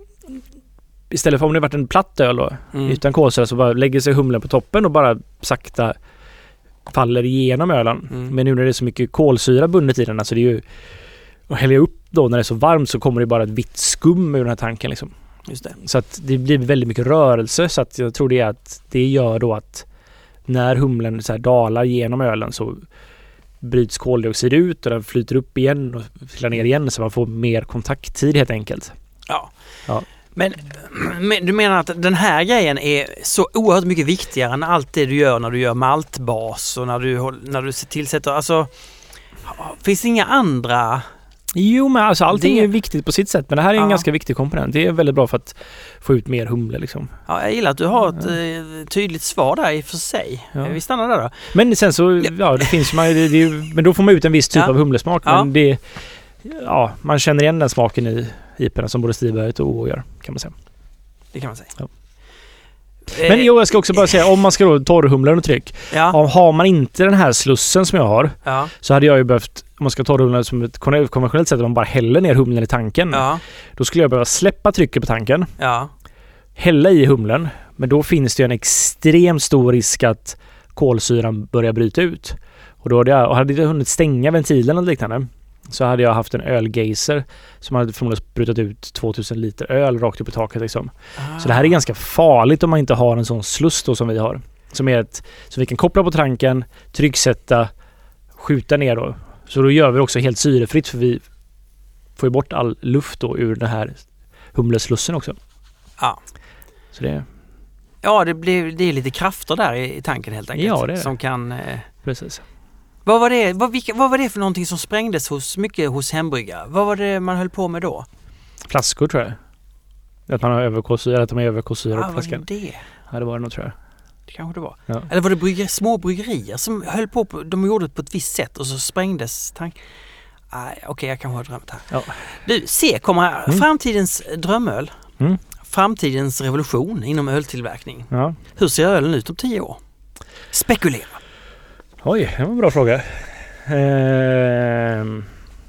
Speaker 1: istället för om det varit en platt öl då, mm. utan kolsyra så bara lägger sig humlen på toppen och bara sakta faller igenom ölen. Mm. Men nu när det är så mycket kolsyra bundet i den, alltså det är ju och häller jag upp då när det är så varmt så kommer det bara ett vitt skum ur den här tanken liksom.
Speaker 2: Just det.
Speaker 1: Så att det blir väldigt mycket rörelse så att jag tror det är att det gör då att när humlen så här dalar genom ölen så bryts koldioxid ut och den flyter upp igen och flyter ner igen så man får mer kontakttid helt enkelt.
Speaker 2: Ja.
Speaker 1: ja.
Speaker 2: Men, men du menar att den här grejen är så oerhört mycket viktigare än allt det du gör när du gör maltbas och när du, när du tillsätter, alltså finns det inga andra...
Speaker 1: Jo, men alltså allting
Speaker 2: det...
Speaker 1: är viktigt på sitt sätt, men det här är en
Speaker 2: ja.
Speaker 1: ganska viktig komponent. Det är väldigt bra för att få ut mer humle liksom.
Speaker 2: Ja, jag gillar att du har ett ja. tydligt svar där i för sig. Ja. Vi stannar där då.
Speaker 1: Men sen så, ja, det finns man, det, det, men då får man ut en viss typ ja. av humlesmak.
Speaker 2: Ja.
Speaker 1: Men det, ja, man känner igen den smaken i I P N som både Stiberget och O gör, kan man säga.
Speaker 2: Det kan man säga.
Speaker 1: Ja. Men jo, jag ska också bara säga, om man ska då torrhumla under tryck,
Speaker 2: ja.
Speaker 1: har man inte den här slussen som jag har, ja. så hade jag ju behövt, om man ska torrhumla som ett konventionellt sätt, att man bara häller ner humlen i tanken,
Speaker 2: ja.
Speaker 1: då skulle jag behöva släppa trycket på tanken,
Speaker 2: ja.
Speaker 1: hälla i humlen, men då finns det ju en extremt stor risk att kolsyran börjar bryta ut. Och då hade jag, och hade jag hunnit stänga ventilen och liknande, så hade jag haft en ölgeyser som hade förmodligen sprutat ut tvåtusen liter öl rakt upp i taket liksom. Ah. Så det här är ganska farligt om man inte har en sån sluss då som vi har. Som är ett, så vi kan koppla på tanken, trycksätta, skjuta ner då. Så då gör vi också helt syrefritt för vi får ju bort all luft då ur den här humleslussen också.
Speaker 2: Ja.
Speaker 1: Så det
Speaker 2: Ja, det blir det är lite krafter där i, i tanken helt enkelt.
Speaker 1: Ja, det är det.
Speaker 2: Som kan... Eh...
Speaker 1: Precis.
Speaker 2: Vad var det, vad, vilka, vad var det för någonting som sprängdes hos, mycket hos hembryggare? Vad var det man höll på med då?
Speaker 1: Flaskor tror jag. Att man har överkolsyra, att de är överkolsyra
Speaker 2: ah,
Speaker 1: på flaskan.
Speaker 2: Var det det?
Speaker 1: Ja, det var det nog tror jag.
Speaker 2: Det kanske det var.
Speaker 1: Ja.
Speaker 2: Eller var det brygger, små bryggerier som höll på, på, de gjorde det på ett visst sätt och så sprängdes tank... Ah, Okej, okay, jag kanske har drömt här.
Speaker 1: Ja.
Speaker 2: Du, se, kommer här. Mm. Framtidens drömöl.
Speaker 1: Mm.
Speaker 2: Framtidens revolution inom öltillverkning.
Speaker 1: Ja.
Speaker 2: Hur ser ölen ut om tio år? Spekulera.
Speaker 1: Oj, det var en bra fråga. Ehm...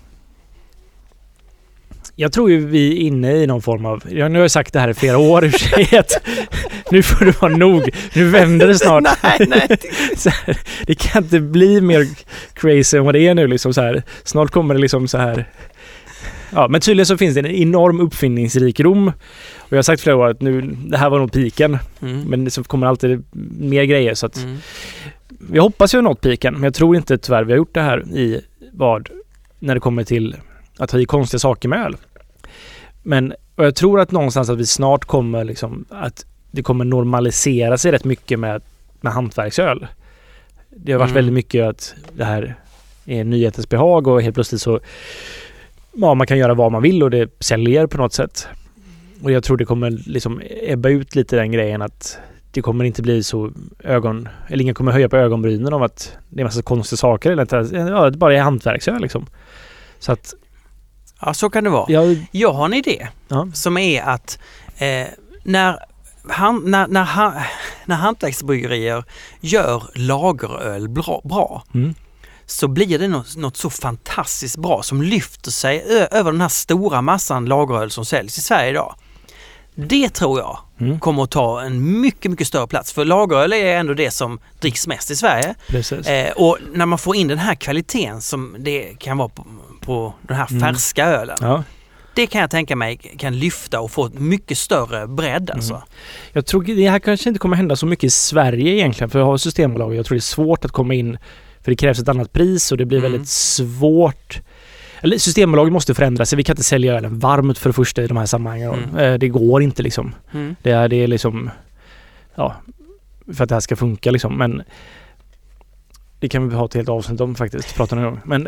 Speaker 1: Jag tror ju vi är inne i någon form av... Jag, nu har jag sagt det här i flera år i och för sig. Att nu får det vara nog. Nu vänder det snart.
Speaker 2: nej, nej.
Speaker 1: Så här, det kan inte bli mer crazy än vad det är nu. Liksom så här. Snart kommer det liksom så här... Ja, men tydligen så finns det en enorm uppfinningsrikedom. Och jag har sagt flera år att nu, det här var nog piken. Mm. Men så kommer alltid mer grejer. Så att mm. vi hoppas ju ha nått piken. Men jag tror inte tyvärr vi har gjort det här i vad när det kommer till att ha i konstiga saker med öl. Men och jag tror att någonstans att vi snart kommer liksom, att det kommer normalisera sig rätt mycket med, med hantverksöl. Det har varit mm. väldigt mycket att det här är nyhetens behag och helt plötsligt så ja, man kan göra vad man vill och det säljer på något sätt. Och jag tror det kommer liksom ebba ut lite den grejen att det kommer inte bli så ögon, eller ingen kommer höja på ögonbrynen om att det är en massa konstiga saker eller att ja, det bara är hantverksöl liksom. Så att...
Speaker 2: Ja, så kan det vara.
Speaker 1: Jag,
Speaker 2: jag har en idé
Speaker 1: ja.
Speaker 2: som är att eh, när, han, när, när, han, när hantverksbryggerier gör lageröl bra, bra
Speaker 1: Mm.
Speaker 2: så blir det något, något så fantastiskt bra som lyfter sig ö- över den här stora massan lageröl som säljs i Sverige idag. Det tror jag
Speaker 1: Mm.
Speaker 2: kommer att ta en mycket, mycket större plats. För lageröl är ändå det som dricks mest i Sverige.
Speaker 1: Precis.
Speaker 2: Eh, och när man får in den här kvaliteten som det kan vara på, på den här
Speaker 1: Mm.
Speaker 2: färska ölen.
Speaker 1: Ja.
Speaker 2: Det kan jag tänka mig kan lyfta och få ett mycket större bredd alltså.
Speaker 1: Mm. Jag tror det här kanske inte kommer hända så mycket i Sverige egentligen för att ha systembolag. Jag tror det är svårt att komma in för det krävs ett annat pris och det blir
Speaker 2: Mm.
Speaker 1: väldigt svårt. Eller Systembolaget måste förändra sig. Vi kan inte sälja ölen varmt för det första i de här sammanhangen.
Speaker 2: Mm.
Speaker 1: Eh, Det går inte liksom.
Speaker 2: Mm.
Speaker 1: Det är, det är liksom ja, för att det här ska funka liksom. Men det kan vi ha ett helt avsnitt om faktiskt. Prata någon gång. Men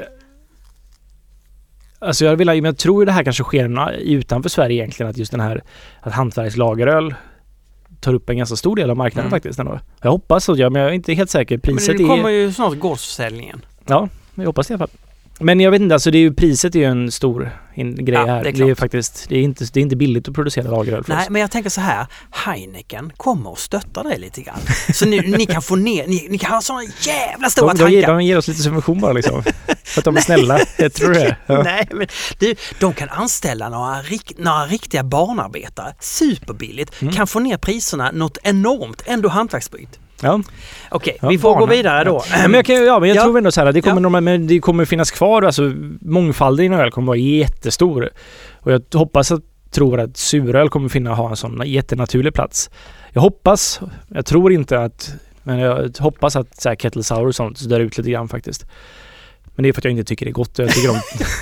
Speaker 1: alltså jag, vill, men jag tror det här kanske sker utanför Sverige egentligen. Att just den här att hantverkslageröl tar upp en ganska stor del av marknaden
Speaker 2: Mm.
Speaker 1: faktiskt. Ändå. Jag hoppas att jag, men jag är inte helt säker. Priset
Speaker 2: Men det kommer
Speaker 1: är...
Speaker 2: ju snart gårdsförsäljningen.
Speaker 1: Ja, jag hoppas det i alla fall. Men jag vet inte, alltså det är ju, priset är ju en stor in, grej
Speaker 2: Ja,
Speaker 1: här.
Speaker 2: det är
Speaker 1: Det är,
Speaker 2: klart.
Speaker 1: faktiskt, det är, inte, det är inte billigt att producera lageröl för
Speaker 2: Nej,
Speaker 1: oss.
Speaker 2: men jag tänker så här. Heineken kommer och stöttar dig lite grann. Så ni, ni kan få ner, ni, ni kan ha sådana jävla stora
Speaker 1: De, de, ger,
Speaker 2: tankar.
Speaker 1: de ger oss lite subvention bara liksom. För att de är snälla. Jag tror det. Ja.
Speaker 2: Nej, men du, de kan anställa några, rik, några riktiga barnarbetare superbilligt.
Speaker 1: Mm.
Speaker 2: Kan få ner priserna något enormt. Ändå hantverksbyggt.
Speaker 1: Ja.
Speaker 2: Okej,
Speaker 1: Ja,
Speaker 2: vi får
Speaker 1: barnen.
Speaker 2: gå vidare då.
Speaker 1: Ja, men jag, kan, ja, men jag
Speaker 2: Ja.
Speaker 1: tror ändå så här, det kommer,
Speaker 2: Ja.
Speaker 1: normal, men det kommer finnas kvar, alltså mångfalden i öl kommer vara jättestor. Och jag hoppas att tror att suröl kommer finna ha en sån jättenaturlig plats. Jag hoppas, jag tror inte att, men jag hoppas att så här, kettle sour och sånt dör ut lite grann faktiskt. Men det är för att jag inte tycker det är gott och jag tycker om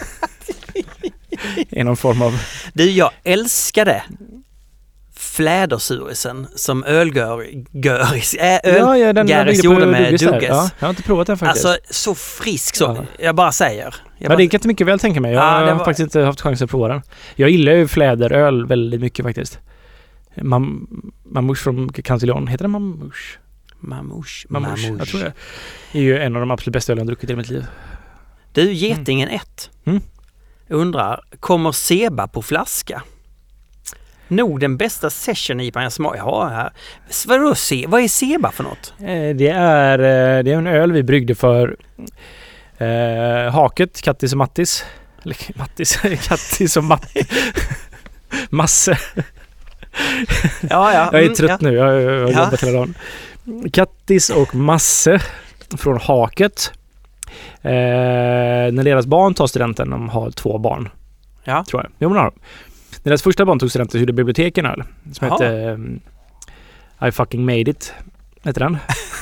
Speaker 1: är någon form av...
Speaker 2: Du, jag älskade flädersurisen som ölgöris, äh,
Speaker 1: Ja, ja, den
Speaker 2: ölgäris
Speaker 1: byggde på
Speaker 2: gjorde med
Speaker 1: Dugges där.
Speaker 2: Dugges.
Speaker 1: Ja, jag har inte provat den faktiskt.
Speaker 2: Alltså så frisk så,
Speaker 1: Ja.
Speaker 2: jag bara säger. Jag
Speaker 1: ja,
Speaker 2: bara,
Speaker 1: det kan inte mycket väl tänka mig. Jag,
Speaker 2: Ja, det
Speaker 1: jag har
Speaker 2: var-
Speaker 1: faktiskt inte haft chans att prova den. Jag gillar ju fläderöl väldigt mycket faktiskt. Mam, Mamouche från Cantillon. Heter den Mamouche?
Speaker 2: Mamouche,
Speaker 1: Mamouche,
Speaker 2: mamouche.
Speaker 1: jag tror det. Det är ju en av de absolut bästa ölen jag druckit i mitt liv.
Speaker 2: Du, Getingen ett.
Speaker 1: Mm. Undrar,
Speaker 2: kommer Seba på flaska? Nog den bästa session-ipan jag smakar. Ja, här. Vadå, se? Vad är Seba för något?
Speaker 1: Eh, Det är, eh, det är en öl vi bryggde för eh, Haket, Kattis och Mattis. Eller Mattis, Kattis och Matt. Masse.
Speaker 2: Ja, ja.
Speaker 1: Jag är
Speaker 2: mm,
Speaker 1: trött
Speaker 2: ja.
Speaker 1: nu, jag har jag har
Speaker 2: Ja.
Speaker 1: jobbat hela dagen. Kattis och Masse från Haket. Eh, när deras barn tar studenten, de har två barn,
Speaker 2: Ja.
Speaker 1: tror jag. Jo, men har de. När deras första barn tog studenten så gjorde biblioteken öl. Som
Speaker 2: Jaha.
Speaker 1: hette eh, I fucking made it. Heter den.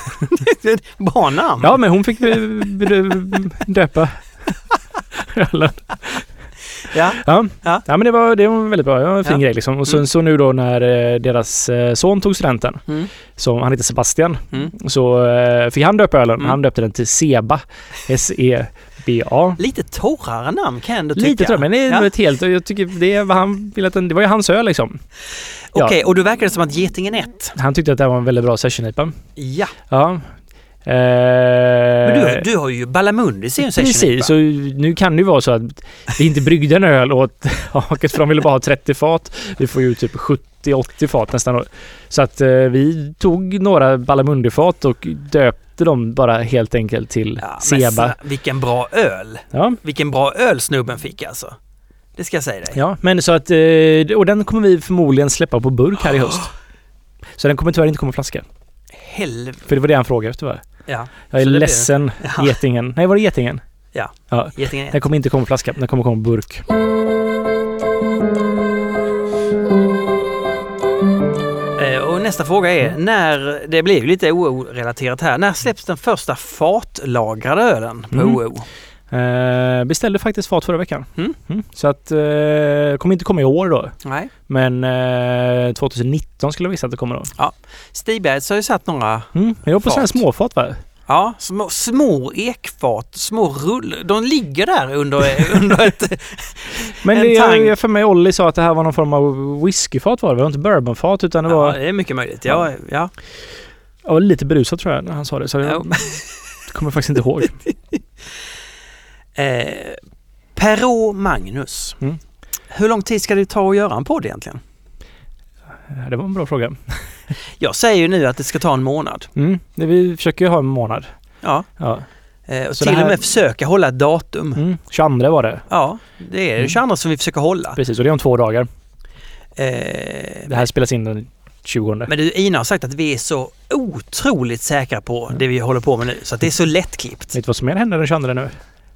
Speaker 2: Bra namn.
Speaker 1: Ja, men hon fick eh, döpa ölen.
Speaker 2: Ja.
Speaker 1: Ja.
Speaker 2: Ja.
Speaker 1: Ja, men det var, det var väldigt bra. Det var en fin
Speaker 2: Ja.
Speaker 1: grej liksom. Och sen
Speaker 2: Mm.
Speaker 1: så nu då när eh, deras eh, son tog studenten,
Speaker 2: Mm.
Speaker 1: så han heter Sebastian,
Speaker 2: Mm.
Speaker 1: så eh, fick han döpa ölen.
Speaker 2: Mm.
Speaker 1: Han döpte den till Seba. S E B A.
Speaker 2: Lite torrare namn kan jag ändå tycka.
Speaker 1: Lite tror jag, men det är
Speaker 2: Ja.
Speaker 1: ett helt... Jag tycker det är vad han ville att den... Det var ju hans öl liksom. Ja.
Speaker 2: Okej, och då verkar det som att Getingen ett.
Speaker 1: Han tyckte att det var en väldigt bra session-ipa.
Speaker 2: Ja.
Speaker 1: Ja. Eh,
Speaker 2: Men du, du har ju Ballamundis i en session.
Speaker 1: Precis, så nu kan det ju vara så att vi inte bryggde en öl åt Haket för de ville bara ha trettio fat. Vi får ju typ sjuttio åttio fat nästan. Så att eh, vi tog några Ballamundi-fat och döpte dem bara helt enkelt till
Speaker 2: Ja, men
Speaker 1: Seba.
Speaker 2: så, vilken bra öl.
Speaker 1: Ja,
Speaker 2: Vilken bra öl snubben fick alltså. Det ska jag säga dig.
Speaker 1: ja, men så att... eh, Och den kommer vi förmodligen släppa på burk här i höst. Så den kommer tyvärr inte komma flaska.
Speaker 2: Helvete.
Speaker 1: För det var det han frågade efter, va?
Speaker 2: Ja.
Speaker 1: Jag är
Speaker 2: Så det blir
Speaker 1: ledsen,
Speaker 2: Ja.
Speaker 1: Getingen. Nej, var det Getingen?
Speaker 2: Ja.
Speaker 1: Ja.
Speaker 2: Getingen ett.
Speaker 1: Den kommer inte komma flaska, den kommer komma burk.
Speaker 2: Eh, Och nästa fråga är,
Speaker 1: Mm.
Speaker 2: när, det blir ju lite O O-relaterat här, när släpps den första fatlagrade ölen på
Speaker 1: Mm.
Speaker 2: O O?
Speaker 1: Eh, beställde faktiskt fat förra veckan.
Speaker 2: Mm.
Speaker 1: Mm. Så att eh, kommer inte komma i år då.
Speaker 2: Nej.
Speaker 1: Men eh, tjugonitton skulle jag visa att det kommer då.
Speaker 2: Stigbergs har ju satt några,
Speaker 1: Mm. Jag hoppas
Speaker 2: Fat.
Speaker 1: sådana småfat, va?
Speaker 2: ja, små, små ekfat, små rull, de ligger där under, under ett...
Speaker 1: Men
Speaker 2: En
Speaker 1: det,
Speaker 2: tang.
Speaker 1: jag, för mig Olli sa att det här var någon form av whiskyfat, var det? Det var inte bourbonfat, utan det
Speaker 2: Ja,
Speaker 1: var,
Speaker 2: det är mycket möjligt. Ja, ja.
Speaker 1: jag var lite berusad tror jag när han sa det. Så jag
Speaker 2: Ja.
Speaker 1: kommer faktiskt inte ihåg.
Speaker 2: Eh, Per-Å Magnus.
Speaker 1: Mm.
Speaker 2: Hur lång tid ska det ta att göra en podd egentligen?
Speaker 1: Ja, det var en bra fråga.
Speaker 2: Jag säger ju nu att det ska ta en månad.
Speaker 1: Mm. Vi försöker ju ha en månad.
Speaker 2: Ja.
Speaker 1: Ja.
Speaker 2: Eh, och
Speaker 1: Så
Speaker 2: till
Speaker 1: det här-
Speaker 2: och med försöka hålla ett datum.
Speaker 1: Mm. tjugoandra var det.
Speaker 2: Ja, det är det
Speaker 1: Mm.
Speaker 2: tjugoandra som vi försöker hålla.
Speaker 1: Precis, och det är om två dagar.
Speaker 2: Eh,
Speaker 1: Det här spelas in den tjugonde.
Speaker 2: Men du, Ina har sagt att vi är så otroligt säkra på det vi håller på med nu. Så att det är så lättklippt.
Speaker 1: Vet du vad som är händer den tjugoandra nu?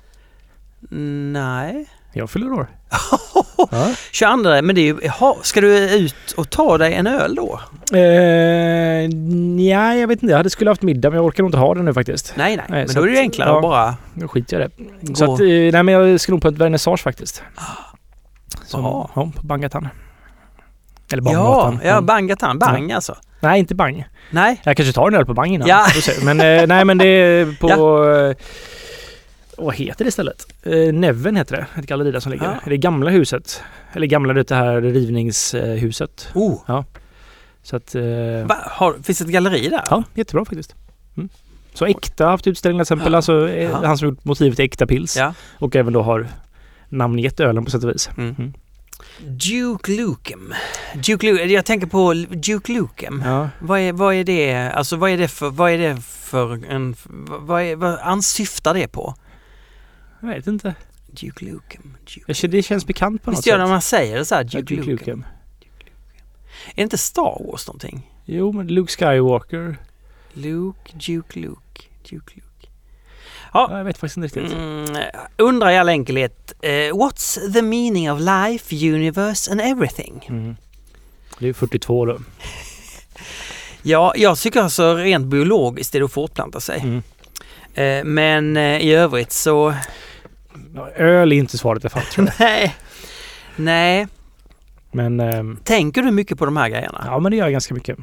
Speaker 2: Nej.
Speaker 1: Jag fyller år. Ja.
Speaker 2: tjugoandra, men det är ju, jaha, ska du ut och ta dig en öl då?
Speaker 1: Eh, ja, jag vet inte. Jag hade skulle haft middag, men jag orkar nog inte ha den nu faktiskt.
Speaker 2: Nej, nej.
Speaker 1: Nej,
Speaker 2: men
Speaker 1: så
Speaker 2: då är det ju
Speaker 1: att-
Speaker 2: enklare
Speaker 1: ja.
Speaker 2: att bara...
Speaker 1: Då skiter jag i det.
Speaker 2: Gå.
Speaker 1: Så att, eh, nej men jag ska nog på ett vernissage faktiskt. Som,
Speaker 2: Jaha.
Speaker 1: ja, på Bangatan. Eller
Speaker 2: Ja,
Speaker 1: Bangatan.
Speaker 2: ja, Bangatan. Bang alltså.
Speaker 1: Nej, inte Bang.
Speaker 2: Nej.
Speaker 1: Jag kanske tar en öl på Bang innan.
Speaker 2: Ja.
Speaker 1: Får se. Men eh, nej, men det är på... Eh, vad heter det istället? Eh, Neven heter det. Ett galleri där som ligger.
Speaker 2: Ja.
Speaker 1: Det är gamla huset. Eller gamla, det här rivningshuset.
Speaker 2: Oh.
Speaker 1: Så att... Eh,
Speaker 2: Va? Har, finns det ett galleri där?
Speaker 1: ja, jättebra faktiskt. Mm. Så Äkta har haft utställningar till exempel.
Speaker 2: Ja.
Speaker 1: Alltså, eh,
Speaker 2: Ja.
Speaker 1: han som gjort motivet till Äkta Pils.
Speaker 2: Ja.
Speaker 1: Och även då har namngett ölen på sätt och vis.
Speaker 2: Mm.
Speaker 1: Mm.
Speaker 2: Duke Lukem. Duke Lukem. Jag tänker på Duke Lukem.
Speaker 1: Ja.
Speaker 2: Vad är, vad är det? Alltså vad är det för, vad är det för en, vad, är, vad ansyftar det på?
Speaker 1: Jag vet inte.
Speaker 2: Duke Lukem. Duke.
Speaker 1: Jag känner- Det känns bekant på något
Speaker 2: Visst gör det när
Speaker 1: sätt.
Speaker 2: man säger det så här,
Speaker 1: Ja,
Speaker 2: Duke,
Speaker 1: Duke
Speaker 2: Lukem.
Speaker 1: Lukem.
Speaker 2: Är det inte Star Wars någonting?
Speaker 1: Jo, men Luke Skywalker.
Speaker 2: Luke, Duke Luke, Duke Luke.
Speaker 1: Ja, jag vet faktiskt inte riktigt.
Speaker 2: Mm, undrar i all enkelhet, eh, what's the meaning of life, universe and everything?
Speaker 1: Mm. Det är fyrtiotvå då.
Speaker 2: Ja, jag tycker alltså rent biologiskt är det att fortplanta sig.
Speaker 1: Mm.
Speaker 2: Eh, men eh, i övrigt så...
Speaker 1: Ja, öl är inte svaret i alla fall, tror jag.
Speaker 2: Nej. Nej.
Speaker 1: Men, ehm,
Speaker 2: Tänker du mycket på de här grejerna?
Speaker 1: ja, men det gör jag ganska mycket.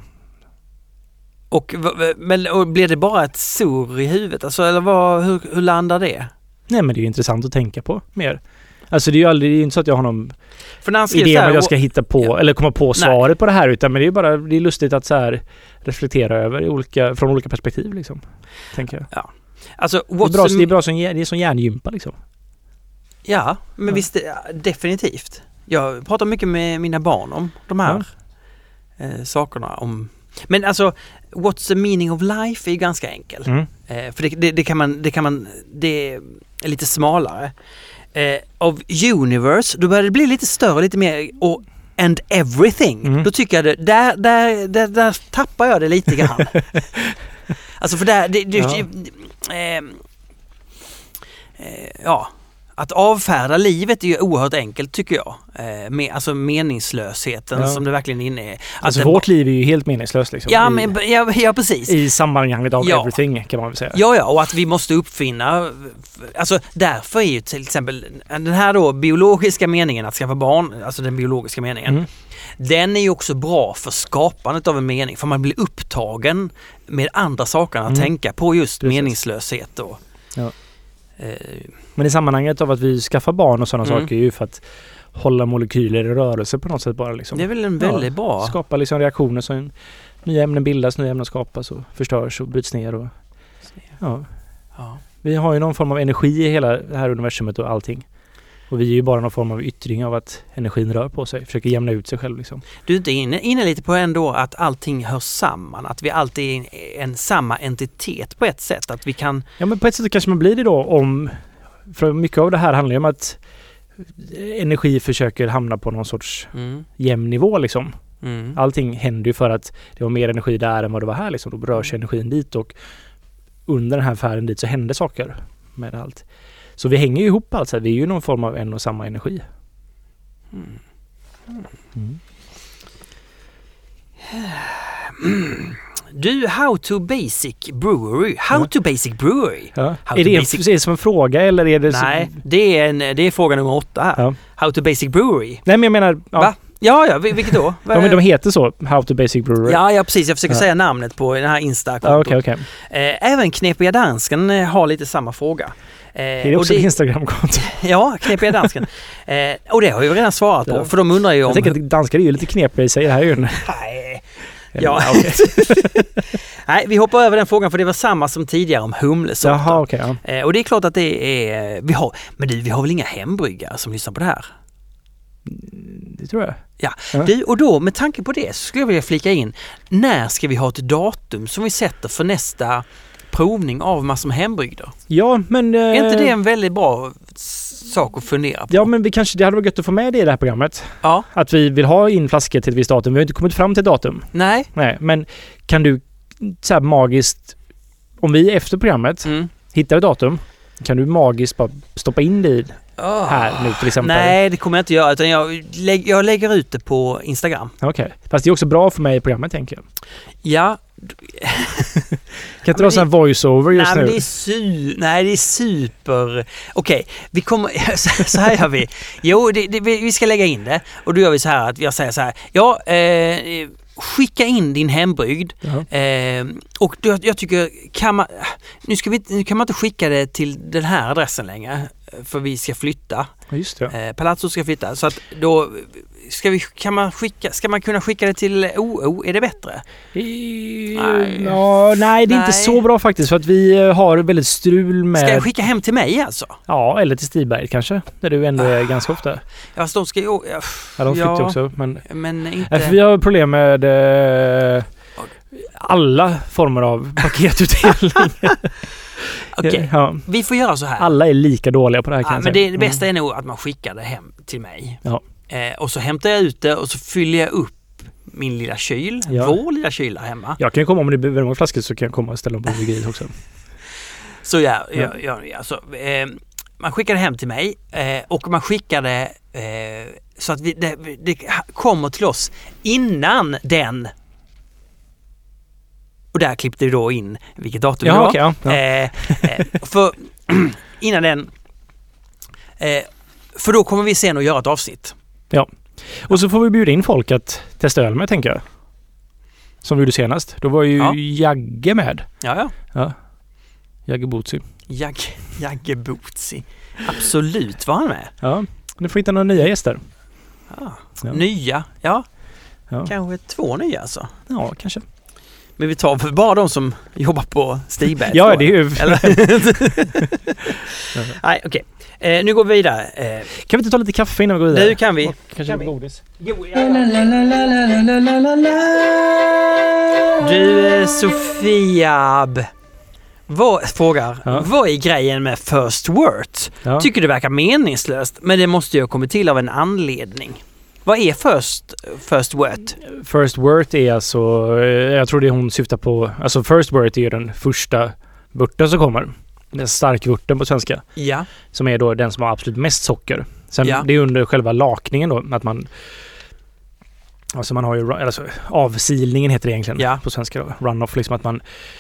Speaker 2: Och, v- v- men, och blir det bara ett sur i huvudet? Alltså, eller vad, hur, hur landar det?
Speaker 1: Nej, men det är ju intressant att tänka på mer. Alltså det är ju aldrig, det är ju inte så att jag har någon
Speaker 2: För när han skrev
Speaker 1: idé
Speaker 2: så
Speaker 1: om
Speaker 2: här,
Speaker 1: att jag ska hitta på
Speaker 2: Ja.
Speaker 1: eller komma på
Speaker 2: Nej.
Speaker 1: svaret på det här, utan men det är ju bara, det är lustigt att så här reflektera över i olika, från olika perspektiv liksom. Tänker jag.
Speaker 2: alltså,
Speaker 1: Det är
Speaker 2: what's
Speaker 1: bra,
Speaker 2: the-
Speaker 1: det är bra som, det är som hjärngympa liksom.
Speaker 2: Ja, men
Speaker 1: Ja.
Speaker 2: visst, ja, definitivt. Jag pratar mycket med mina barn om de här eh, sakerna. Om, men alltså, what's the meaning of life är ju ganska enkel.
Speaker 1: Mm.
Speaker 2: Eh, för det, det, det kan man, det kan man, det är lite smalare. Eh, of universe, då börjar det bli lite större, lite mer, och and everything.
Speaker 1: Mm.
Speaker 2: Då tycker jag det, där, där, där, där tappar jag det lite grann. Alltså för där, det, det,
Speaker 1: Ja.
Speaker 2: eh, eh, ja. Att avfärda livet är ju oerhört enkelt tycker jag. Eh, med, alltså meningslösheten
Speaker 1: Ja.
Speaker 2: som det verkligen inne är. Att
Speaker 1: Alltså
Speaker 2: det-
Speaker 1: vårt liv är ju helt meningslöst liksom.
Speaker 2: Ja,
Speaker 1: I,
Speaker 2: men, ja, ja, precis.
Speaker 1: i sammanhanget av
Speaker 2: Ja.
Speaker 1: everything kan man väl säga.
Speaker 2: Ja, ja, och att vi måste uppfinna, alltså därför är ju till exempel den här då biologiska meningen att skaffa barn, alltså den biologiska meningen,
Speaker 1: Mm.
Speaker 2: den är ju också bra för skapandet av en mening, för man blir upptagen med andra saker än att
Speaker 1: Mm.
Speaker 2: tänka på just
Speaker 1: Precis.
Speaker 2: meningslöshet och
Speaker 1: Ja.
Speaker 2: eh,
Speaker 1: Men i sammanhanget av att vi skaffar barn och sådana
Speaker 2: Mm.
Speaker 1: saker är ju för att hålla molekyler i rörelse på något sätt bara liksom.
Speaker 2: det är väl en väldigt bra.
Speaker 1: Skapa liksom reaktioner så nya ämnen bildas, nya ämnen skapas och förstörs och bryts ner och ja.
Speaker 2: Ja.
Speaker 1: Vi har ju någon form av energi i hela det här universumet och allting. Och vi är ju bara någon form av yttring av att energin rör på sig, försöker jämna ut sig själv liksom.
Speaker 2: Du är inte inne, inne lite på ändå att allting hör samman, att vi alltid är en, en samma entitet på ett sätt, att vi kan...
Speaker 1: Ja, men på ett sätt kanske man blir det då om, för mycket av det här handlar ju om att energi försöker hamna på någon sorts
Speaker 2: Mm,
Speaker 1: jämn nivå liksom.
Speaker 2: mm.
Speaker 1: Allting händer ju för att det var mer energi där än vad det var här liksom. Då rör sig energin dit och under den här färden dit så händer saker med allt. Så vi hänger ju ihop alltså. Vi är ju någon form av en och samma energi.
Speaker 2: Mm.
Speaker 1: Mm.
Speaker 2: Du, How to Basic Brewery. How
Speaker 1: Ja.
Speaker 2: to Basic Brewery.
Speaker 1: Ja.
Speaker 2: How
Speaker 1: Är
Speaker 2: to
Speaker 1: det,
Speaker 2: basic-
Speaker 1: är det som en fråga eller är det
Speaker 2: Nej,
Speaker 1: som...
Speaker 2: det är, en, det är fråga nummer åtta här.
Speaker 1: Ja.
Speaker 2: How to Basic Brewery.
Speaker 1: Nej, men jag menar... Ja.
Speaker 2: Va? Ja, ja, vil- vilket då?
Speaker 1: Ja, men de heter så. How to Basic Brewery.
Speaker 2: Ja, ja, precis. Jag försöker
Speaker 1: Ja.
Speaker 2: säga namnet på den här Insta-kontot.
Speaker 1: Ja, okej, okej.
Speaker 2: Eh, Även Knepiga Dansken eh, har lite samma fråga. Eh,
Speaker 1: Är det
Speaker 2: och
Speaker 1: också ett Instagramkonto?
Speaker 2: Ja, Knepiga Dansken. eh, och det har jag ju redan svarat på,
Speaker 1: Ja.
Speaker 2: för de undrar ju om...
Speaker 1: Jag tänker att danskar är ju lite knepiga i sig. Det här är ju en...
Speaker 2: Nej, Ja.
Speaker 1: Okay.
Speaker 2: Nej, vi hoppar över den frågan för det var samma som tidigare om humlesorter.
Speaker 1: Jaha, okay, ja.
Speaker 2: eh, och det är klart att det är... Vi har, men du, vi har väl inga hembryggare som lyssnar på det här?
Speaker 1: Det tror jag.
Speaker 2: Ja,
Speaker 1: ja.
Speaker 2: Du, och då med tanke på det så skulle jag vilja flika in. När ska vi ha ett datum som vi sätter för nästa provning av massor med hembrygder?
Speaker 1: Ja, men... Eh,
Speaker 2: är inte det en väldigt bra sak att fundera på?
Speaker 1: Ja, men vi kanske, det hade varit gött att få med det i det här programmet.
Speaker 2: Ja.
Speaker 1: Att vi vill ha in flaskor till ett visst datum. Vi har inte kommit fram till ett datum.
Speaker 2: Nej.
Speaker 1: Nej, men kan du så här magiskt, om vi efter programmet
Speaker 2: mm.
Speaker 1: hittar ett datum, kan du magiskt bara stoppa in det i
Speaker 2: oh.
Speaker 1: här nu till exempel?
Speaker 2: Nej, det kommer jag inte göra, utan jag, lä- jag lägger ut det på Instagram.
Speaker 1: Okej, okay. Fast det är också bra för mig i programmet, tänker jag.
Speaker 2: Ja.
Speaker 1: Kan inte du ha sån här voice-over just
Speaker 2: nej,
Speaker 1: nu?
Speaker 2: Men det är su- nej, det är super... Okej, okay, vi kommer... så här gör vi. Jo, det, det, vi ska lägga in det. Och då gör vi så här att jag säger så här. Ja, eh, skicka in din hembrygd. Uh-huh. Eh, och då, jag tycker, kan man... Nu, ska vi, nu kan man inte skicka det till den här adressen längre. För vi ska flytta.
Speaker 1: Ja, just det.
Speaker 2: Eh, Palazzo ska flytta. Så att då... Ska, vi, kan man skicka, ska man kunna skicka det till O O? Är det bättre?
Speaker 1: I, nej. Ja, nej, det är nej. inte så bra faktiskt. För att vi har väldigt strul med...
Speaker 2: Ska jag skicka hem till mig alltså?
Speaker 1: Ja, eller till Stiberg kanske. Där du ändå är ah. ganska ofta.
Speaker 2: Ja, fast de ska ju... Ja,
Speaker 1: ja de flyttar ja, också. Men,
Speaker 2: men inte...
Speaker 1: Nej, för vi har problem med eh, alla former av paketutdelning.
Speaker 2: Okej, okay. ja. Vi får göra så här.
Speaker 1: Alla är lika dåliga på det här.
Speaker 2: Ja,
Speaker 1: kan
Speaker 2: men det, det bästa
Speaker 1: mm.
Speaker 2: är nog att man skickar det hem till mig.
Speaker 1: Ja.
Speaker 2: Eh, och så hämtar jag ut det och så fyller jag upp min lilla kyl, ja. Vår lilla kyl där hemma.
Speaker 1: Jag kan komma, om det behöver många flaskor så kan jag komma och ställa dem på bryggeriet också.
Speaker 2: Så ja, ja. ja, ja, ja så, eh, man skickar det hem till mig eh, och man skickar det eh, så att vi, det, det kommer till oss innan den. Och där klippte vi då in vilket datum
Speaker 1: ja,
Speaker 2: det var.
Speaker 1: Okay, ja, ja.
Speaker 2: Eh, eh, för innan den eh, för då kommer vi sen att göra ett avsnitt.
Speaker 1: Ja. Och så får vi bjuda in folk att testa öl med, tänker jag. Som vi gjorde senast. Då var ju ja. Jagge med.
Speaker 2: Ja, ja.
Speaker 1: ja. Jagge Bootsy.
Speaker 2: Jag, Jagge Bootsy. Absolut var han med.
Speaker 1: Ja. Nu får vi hitta några nya gäster.
Speaker 2: Ah. Ja. Nya, ja.
Speaker 1: ja.
Speaker 2: Kanske två nya alltså.
Speaker 1: Ja, kanske.
Speaker 2: Men vi tar bara de som jobbar på Stiberg.
Speaker 1: Ja, det är ju...
Speaker 2: Nej, okej. Okay. Eh, nu går vi vidare. Eh,
Speaker 1: kan vi inte ta lite kaffe innan vi går vidare?
Speaker 2: Nu kan vi.
Speaker 1: Och kanske
Speaker 2: kan
Speaker 1: godis.
Speaker 2: Jo, ja. Du, Sofia vad, frågar, ja. Vad är grejen med First Word? Ja. Tycker det verkar meningslöst, men det måste ju ha kommit till av en anledning. Vad är First, first Word?
Speaker 1: First Word är alltså, jag tror det hon syftar på, alltså First Word är ju den första vörten som kommer. Den starkvörten på svenska.
Speaker 2: Ja.
Speaker 1: Som är då den som har absolut mest socker. Sen
Speaker 2: ja.
Speaker 1: Det är under själva lakningen då, att man alltså man har ju, alltså avsilningen heter det egentligen
Speaker 2: ja.
Speaker 1: På svenska då. Runoff, liksom att man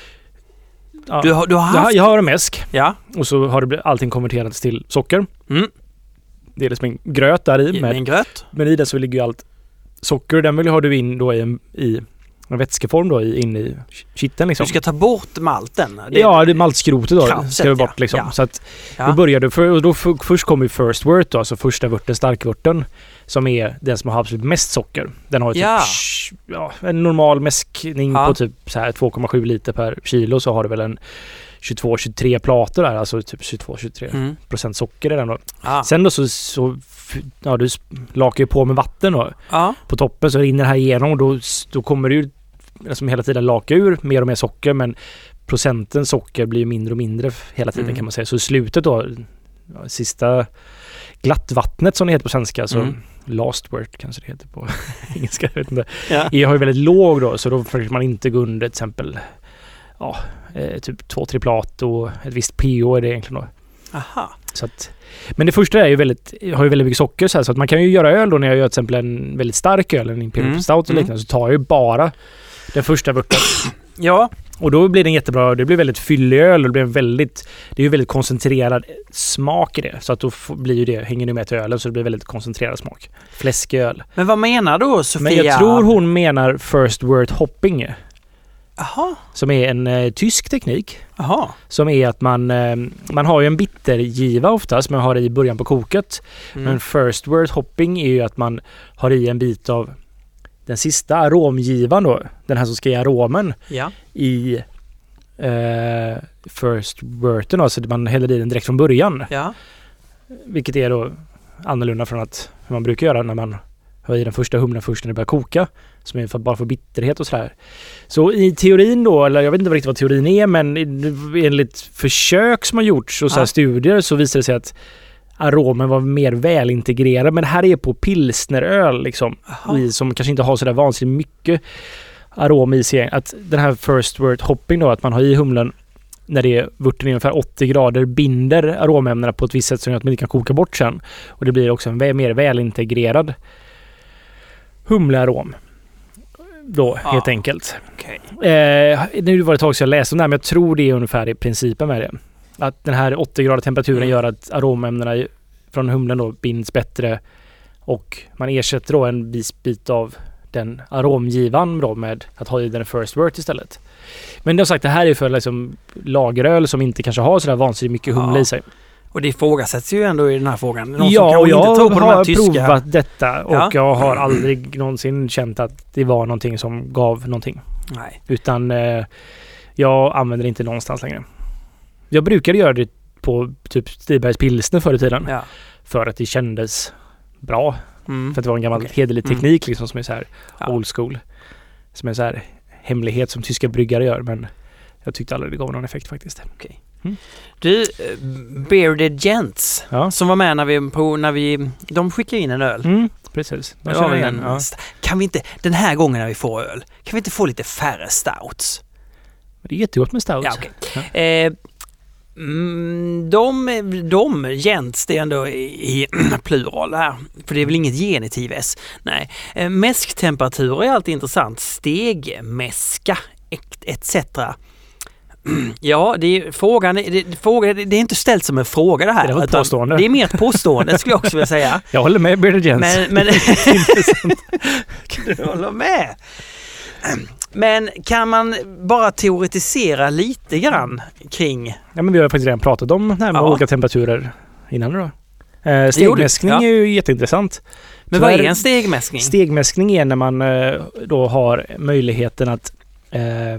Speaker 1: ja,
Speaker 2: du har, du har haft...
Speaker 1: jag har en mäsk.
Speaker 2: Ja.
Speaker 1: Och så har det allting konverterats till socker.
Speaker 2: Mm.
Speaker 1: Det är liksom en gröt där i.
Speaker 2: Med en gröt.
Speaker 1: Men i den så ligger ju allt socker. Den vill ju ha du in då i en, i en vätskeform då i, in i kitteln liksom.
Speaker 2: Du ska ta bort malten.
Speaker 1: Det ja, det är maltskrotet då.
Speaker 2: Kraftet,
Speaker 1: ska du bort liksom.
Speaker 2: Ja.
Speaker 1: Så att
Speaker 2: ja.
Speaker 1: Då börjar du, för, och då för, först kommer ju First Word då, alltså första vörten, starkvörten, som är den som har absolut mest socker. Den har ju
Speaker 2: ja.
Speaker 1: typ ja, en normal mäskning ja. På typ så här två komma sju liter per kilo, så har du väl en tjugotvå tjugotre plater där, alltså typ tjugotvå tjugotre mm. procent socker i den då.
Speaker 2: Ah.
Speaker 1: Sen då så, så ja, du lakar ju på med vatten då.
Speaker 2: Ah.
Speaker 1: På toppen så rinner det här igenom och då, då kommer det ju som hela tiden laka ur mer och mer socker, men procenten socker blir ju mindre och mindre hela tiden mm. kan man säga. Så i slutet då, ja, sista glattvattnet som det heter på svenska, så mm. last word kanske det heter på engelska, jag vet inte. Ja. Jag har ju väldigt låg då, så då försöker man inte gå under till exempel ja, eh, typ två tre plat och ett visst pH är det egentligen då.
Speaker 2: Aha.
Speaker 1: Så att, men det första är ju väldigt, har ju väldigt mycket socker så, här, så att man kan ju göra öl då när jag gör till exempel en väldigt stark öl, en Imperial mm. Stout och liknande, så tar jag ju bara den första vörten.
Speaker 2: Ja.
Speaker 1: Och då blir den jättebra, det blir väldigt fyllig öl och det blir väldigt, det är ju väldigt koncentrerad smak i det, så att då blir ju det, hänger det med till ölen, så det blir väldigt koncentrerad smak. Fläsköl.
Speaker 2: Men vad menar då Sofia?
Speaker 1: Men jag tror hon menar First Word hopping.
Speaker 2: Aha.
Speaker 1: Som är en eh, tysk teknik.
Speaker 2: Aha.
Speaker 1: Som är att man eh, man har ju en bittergiva oftast, man har i början på koket. Mm. Men First Word hopping är ju att man har i en bit av den sista aromgivan då, den här som ska ge aromen
Speaker 2: Ja.
Speaker 1: i eh, first burten, alltså man häller i den direkt från början.
Speaker 2: Ja.
Speaker 1: Vilket är då annorlunda från att hur man brukar göra när man har i den första humlen först när det börjar koka, som är för, bara för bitterhet och sådär. Så i teorin då, eller jag vet inte riktigt vad teorin är, men enligt försök som har gjorts och så här
Speaker 2: Ja.
Speaker 1: studier så visar det sig att aromen var mer välintegrerad. Men det här är på pilsneröl liksom, i, som kanske inte har så där vansinnigt mycket arom i sig. Att den här first wort hopping då, att man har i humlen när det är vörten ungefär åttio grader, binder aromämnena på ett visst sätt som gör att man inte kan koka bort sen. Och det blir också en vä- mer välintegrerad humlearom då,
Speaker 2: Ja.
Speaker 1: helt enkelt.
Speaker 2: Okay.
Speaker 1: Eh, nu var det ett tag sedan jag läste om det här, men jag tror det är ungefär i principen med det. Att den här åttio grader temperaturen
Speaker 2: Mm.
Speaker 1: gör att aromämnena från humlen då binds bättre och man ersätter då en viss bit av den aromgivan då med att ha i den first wort istället. Men det har sagt, det här är för liksom lageröl som inte kanske har sådär vansinnigt mycket humle
Speaker 2: Ja.
Speaker 1: i sig.
Speaker 2: Och det ifrågasätts ju ändå i den här frågan. Någon
Speaker 1: Ja,
Speaker 2: som
Speaker 1: och
Speaker 2: kan
Speaker 1: jag
Speaker 2: inte tro på de här
Speaker 1: har
Speaker 2: tyska...
Speaker 1: provat detta och
Speaker 2: Ja.
Speaker 1: jag har aldrig någonsin känt att det var någonting som gav någonting.
Speaker 2: Nej.
Speaker 1: Utan eh, jag använder det inte någonstans längre. Jag brukade göra det på typ Stibergs pilsner förr i tiden.
Speaker 2: Ja.
Speaker 1: För att det kändes bra.
Speaker 2: Mm.
Speaker 1: För att det var en gammal
Speaker 2: Okej.
Speaker 1: hederlig
Speaker 2: Mm.
Speaker 1: teknik liksom, som är så här
Speaker 2: Ja.
Speaker 1: old school. Som är så här hemlighet som tyska bryggare gör. Men jag tyckte aldrig det gav någon effekt faktiskt.
Speaker 2: Du, eh, Bearded Gents
Speaker 1: Ja,
Speaker 2: som var med när vi, på, när vi de skickade in en öl.
Speaker 1: mm, precis.
Speaker 2: Det
Speaker 1: Jag
Speaker 2: var
Speaker 1: känner
Speaker 2: väl
Speaker 1: igen.
Speaker 2: en,
Speaker 1: Ja.
Speaker 2: Kan vi inte, den här gången när vi får öl, kan vi inte få lite färre stouts?
Speaker 1: Det är jättegott med stout.
Speaker 2: Ja, okej. Eh, mm, de, de, Gents, det är ändå i, i plural här, för det är väl inget genitiv S. Nej. Eh, mäsktemperatur är alltid intressant. Stegmäska et cetera. Ja, det är frågan, det, fråga, det är inte ställt som en fråga det här.
Speaker 1: Det var ett
Speaker 2: utan
Speaker 1: påstående.
Speaker 2: Det är mer ett påstående skulle jag också vilja säga.
Speaker 1: Jag håller med Bearded Gents.
Speaker 2: Men, men du håller med. Men kan man bara teoretisera lite grann kring...
Speaker 1: Ja, men vi har faktiskt redan pratat om det här med
Speaker 2: Ja.
Speaker 1: olika temperaturer innan då. Eh,
Speaker 2: gjorde-
Speaker 1: stegmäskning
Speaker 2: ja.
Speaker 1: är ju jätteintressant.
Speaker 2: Men
Speaker 1: Tyvärr-
Speaker 2: vad är en stegmäskning?
Speaker 1: Stegmäskning är när man eh, då har möjligheten att eh,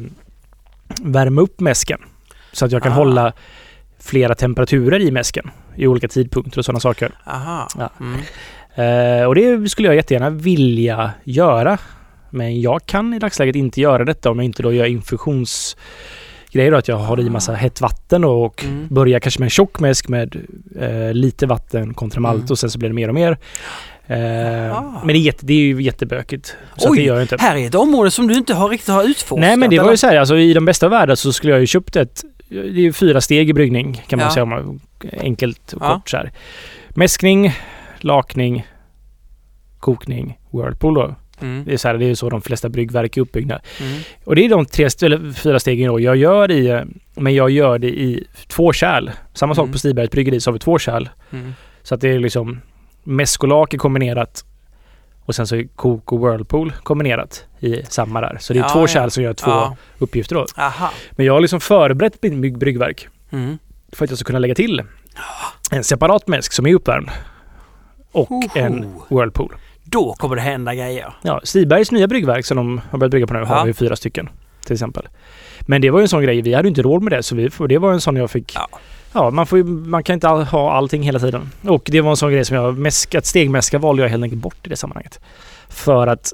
Speaker 1: värma upp mäsken. Så att jag kan
Speaker 2: Ah.
Speaker 1: hålla flera temperaturer i mäsken i olika tidpunkter och sådana saker.
Speaker 2: Aha.
Speaker 1: Ja.
Speaker 2: Mm.
Speaker 1: Eh, och det skulle jag jättegärna vilja göra. Men jag kan i dagsläget inte göra detta om jag inte då gör infusionsgrejer då, att jag har i massa hett vatten då och
Speaker 2: Mm.
Speaker 1: börjar kanske med en tjock mäsk med eh, lite vatten kontra malt
Speaker 2: Mm.
Speaker 1: och sen så blir det mer och mer. Eh,
Speaker 2: Ah.
Speaker 1: men det är, jätte, det är ju jättebökigt. Så att
Speaker 2: Oj,
Speaker 1: det gör jag inte.
Speaker 2: här är ett område som du inte har riktigt har utforskat.
Speaker 1: Nej, men det var
Speaker 2: eller?
Speaker 1: ju så här, alltså i de bästa världar så skulle jag ju köpt ett, det är ju fyra steg i bryggning kan man
Speaker 2: Ja.
Speaker 1: säga om man, enkelt och
Speaker 2: Ja.
Speaker 1: kort så här. Mäskning, lakning, kokning, whirlpool då.
Speaker 2: Mm.
Speaker 1: Det är så här, det är ju så de flesta bryggverk är uppbyggda.
Speaker 2: Mm.
Speaker 1: Och det är de tre, eller fyra stegen då jag gör i, men jag gör det i två kärl. Samma sak
Speaker 2: Mm.
Speaker 1: på Stibergs bryggeri, så har vi två kärl.
Speaker 2: Mm.
Speaker 1: Så att det är liksom mäsk och lak är kombinerat och sen så är kok och whirlpool kombinerat i samma där. Så det är
Speaker 2: Ja,
Speaker 1: två
Speaker 2: ja.
Speaker 1: kärl som gör två
Speaker 2: Ja.
Speaker 1: uppgifter då.
Speaker 2: Aha.
Speaker 1: Men jag har liksom förberett mitt bryggverk
Speaker 2: Mm.
Speaker 1: för att jag ska kunna lägga till en separat mäsk som är uppvärmd och
Speaker 2: Hoho.
Speaker 1: en whirlpool.
Speaker 2: Då kommer det hända grejer.
Speaker 1: Ja, Stibergs nya bryggverk som de har börjat brygga på nu har
Speaker 2: Ja.
Speaker 1: vi fyra stycken till exempel. Men det var ju en sån grej, vi hade ju inte råd med det så vi, för det var en sån jag fick.
Speaker 2: Ja.
Speaker 1: Ja, man, får ju, man kan inte all, ha allting hela tiden. Och det var en sån grej som jag mäskat, stegmäska valde jag helt enkelt bort i det sammanhanget. För att